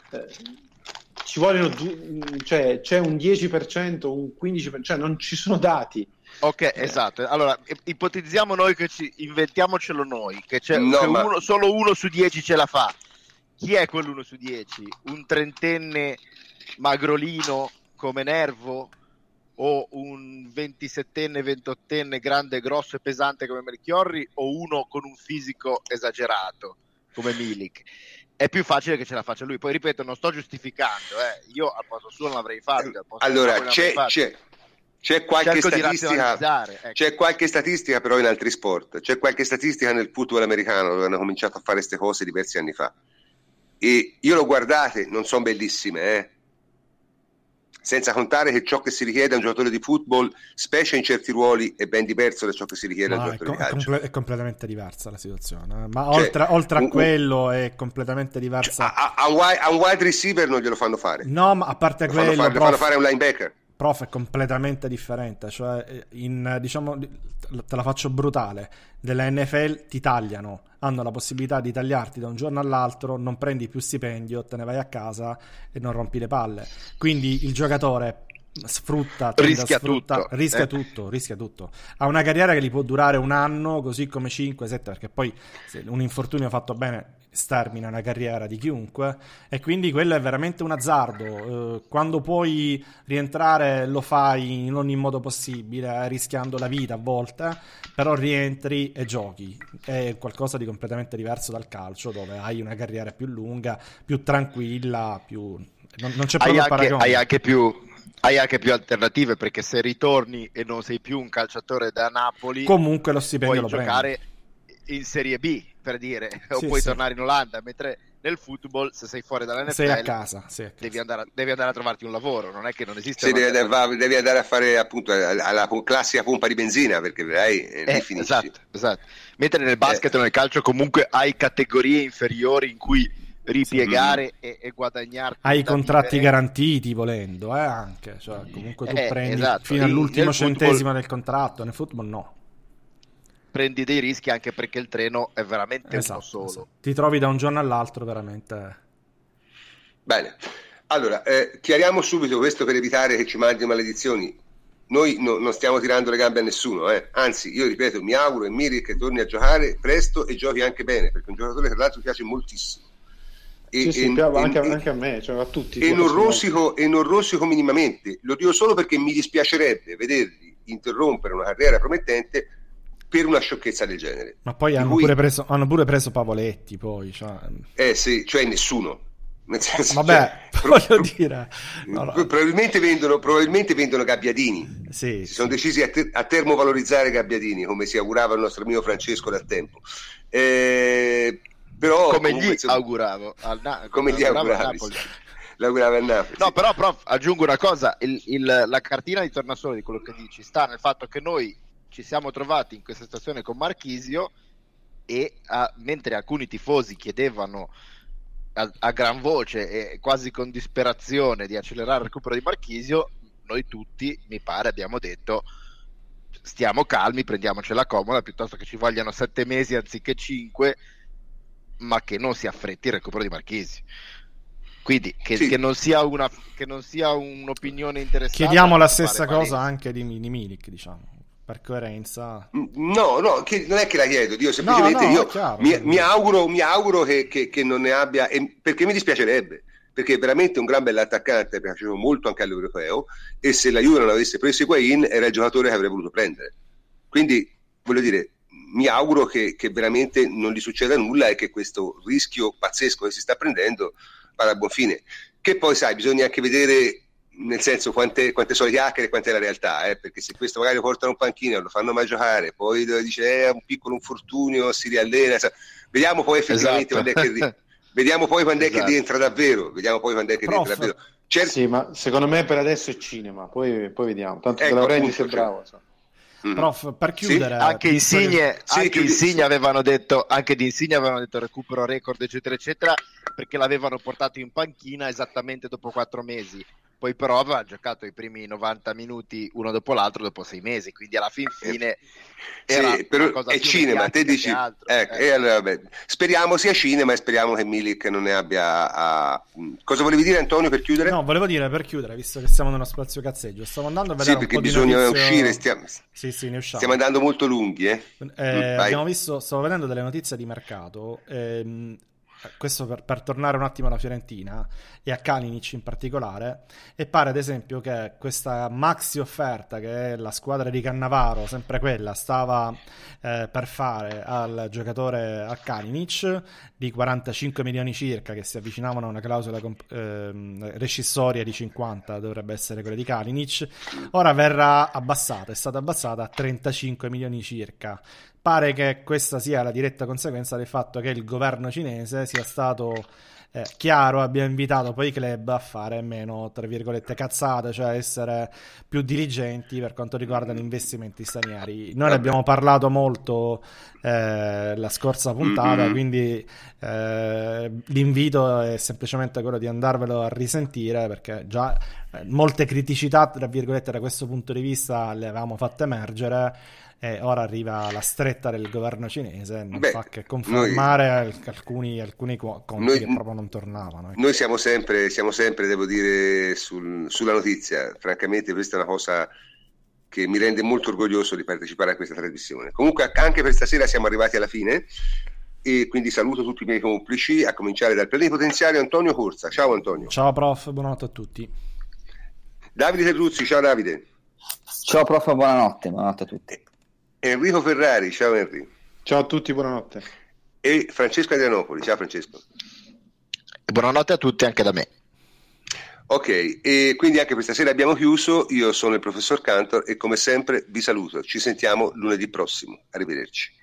ci vogliono, cioè c'è un 10%, un 15%, cioè non ci sono dati. Ok, esatto. Allora, ipotizziamo noi che inventiamocelo noi, che c'è solo 1 su 10 ce la fa. Chi è quell'1 su 10? Un trentenne magrolino come Nervo, o un 27enne, 28enne grande, grosso e pesante come Melchiorri, o uno con un fisico esagerato come Milik? È più facile che ce la faccia lui. Poi ripeto, non sto giustificando, io al posto suo non l'avrei fatto. Allora c'è qualche statistica, ecco. C'è qualche statistica però in altri sport, c'è qualche statistica nel football americano, dove hanno cominciato a fare queste cose diversi anni fa, e io l'ho guardate, non sono bellissime, senza contare che ciò che si richiede a un giocatore di football, specie in certi ruoli, è ben diverso da ciò che si richiede a un giocatore di calcio. È completamente diversa la situazione, ma oltre a quello è completamente diversa. A un wide receiver non glielo fanno fare. No, ma a parte quello, fanno fare un linebacker. Prof, è completamente differente, cioè diciamo, te la faccio brutale, della NFL ti tagliano, hanno la possibilità di tagliarti da un giorno all'altro, non prendi più stipendio, te ne vai a casa e non rompi le palle, quindi il giocatore rischia tutto, ha una carriera che gli può durare un anno, così come 5-7, perché poi se un infortunio fatto bene stermina una carriera di chiunque, e quindi quello è veramente un azzardo. Quando puoi rientrare lo fai in ogni modo possibile, rischiando la vita a volte, però rientri e giochi. È qualcosa di completamente diverso dal calcio, dove hai una carriera più lunga, più tranquilla, non c'è proprio paragone. Hai anche più alternative, perché se ritorni e non sei più un calciatore da Napoli, comunque lo stipendio puoi lo giocare prendi in Serie B, per dire, o puoi tornare in Olanda, mentre nel football, se sei fuori dall'NFL, sei a casa. Devi andare a trovarti un lavoro, non è che non esiste. Devi andare a fare appunto alla classica pompa di benzina, perché lì finisci. Esatto. Mentre nel basket o nel calcio comunque hai categorie inferiori in cui ripiegare e guadagnarti. Hai i contratti garantiti, volendo, anche, cioè comunque tu prendi fino all'ultimo centesimo del contratto. Nel football no, prendi dei rischi, anche perché il treno è veramente uno solo. Esatto. Ti trovi da un giorno all'altro veramente. Bene, allora chiariamo subito questo per evitare che ci mandino maledizioni. Noi non stiamo tirando le gambe a nessuno, anzi, io ripeto, mi auguro e Milik che torni a giocare presto e giochi anche bene, perché è un giocatore che tra l'altro piace moltissimo. Anche a me, cioè a tutti. E non rosico minimamente. Lo dico solo perché mi dispiacerebbe vedergli interrompere una carriera promettente per una sciocchezza del genere. Ma poi hanno pure preso Pavoletti, poi, cioè... sì, cioè nessuno. Nel senso, vabbè, voglio dire, probabilmente vendono Gabbiadini. Si sono decisi a termovalorizzare Gabbiadini, come si augurava il nostro amico Francesco da tempo. Però come gli auguravo l'augurava al Napoli. No, però aggiungo una cosa, la cartina di tornasole di quello che dici sta nel fatto che noi ci siamo trovati in questa situazione con Marchisio e mentre alcuni tifosi chiedevano a gran voce e quasi con disperazione di accelerare il recupero di Marchisio, noi tutti, mi pare, abbiamo detto stiamo calmi, prendiamocela comoda, piuttosto che ci vogliano 7 mesi anziché 5, ma che non si affretti il recupero di Marchesi. Quindi che non sia un'opinione interessante. Chiediamo la stessa cosa anche di Milik, diciamo, per coerenza. No, non è che la chiedo, io semplicemente mi auguro che non ne abbia, perché mi dispiacerebbe, perché è veramente un gran bell'attaccante, piaceva molto anche all'europeo, e se la Juve non avesse preso Higuaín era il giocatore che avrei voluto prendere. Quindi, voglio dire, mi auguro che veramente non gli succeda nulla e che questo rischio pazzesco che si sta prendendo vada a buon fine. Che poi, sai, bisogna anche vedere, nel senso, quante sono chiacchiere e quant'è la realtà, perché se questo magari lo portano in panchina, lo fanno mai giocare, poi dice è un piccolo infortunio, si riallena, vediamo poi effettivamente vediamo poi quando è che rientra davvero, Sì, ma secondo me per adesso è cinema, poi vediamo, tanto De Laurentiis è bravo, so. Prof, per chiudere, anche Insigne avevano detto recupero record eccetera eccetera, perché l'avevano portato in panchina esattamente dopo 4 mesi, poi però aveva giocato i primi 90 minuti uno dopo l'altro dopo 6 mesi, quindi alla fine era però cosa è cinema, te dici e allora, speriamo sia cinema e speriamo che Milik non ne abbia cosa volevi dire, Antonio, per chiudere? No, volevo dire, per chiudere, visto che siamo nello spazio cazzeggio, stavo andando a vedere perché un po' bisogna di notizie... uscire, ne usciamo. Stiamo andando molto lunghi, abbiamo visto, stavo vedendo delle notizie di mercato, questo per tornare un attimo alla Fiorentina e a Kalinic in particolare, e pare ad esempio che questa maxi offerta che la squadra di Cannavaro, sempre quella, stava per fare al giocatore, a Kalinic, di 45 milioni circa, che si avvicinavano a una clausola rescissoria di 50, dovrebbe essere quella di Kalinic, ora verrà abbassata, è stata abbassata a 35 milioni circa. Pare che questa sia la diretta conseguenza del fatto che il governo cinese sia stato chiaro, abbia invitato poi i club a fare meno, tra virgolette, cazzate, cioè essere più diligenti per quanto riguarda gli investimenti stranieri. Noi ne abbiamo parlato molto la scorsa puntata, quindi l'invito è semplicemente quello di andarvelo a risentire, perché già molte criticità, tra virgolette, da questo punto di vista le avevamo fatte emergere. E ora arriva la stretta del governo cinese, non fa che confermare alcuni conti che proprio non tornavano. Noi siamo sempre, devo dire, sulla notizia. Francamente questa è una cosa che mi rende molto orgoglioso di partecipare a questa trasmissione. Comunque anche per stasera siamo arrivati alla fine e quindi saluto tutti i miei complici, a cominciare dal plenipotenziario Antonio Corsa. Ciao Antonio. Ciao prof, buonanotte a tutti. Davide Terruzzi, ciao Davide. Ciao prof, buonanotte a tutti. Enrico Ferrari, ciao Henry. Ciao a tutti, buonanotte. E Francesco Adrianopoli, ciao Francesco. Buonanotte a tutti anche da me. Ok, e quindi anche questa sera abbiamo chiuso. Io sono il professor Cantor e come sempre vi saluto. Ci sentiamo lunedì prossimo. Arrivederci.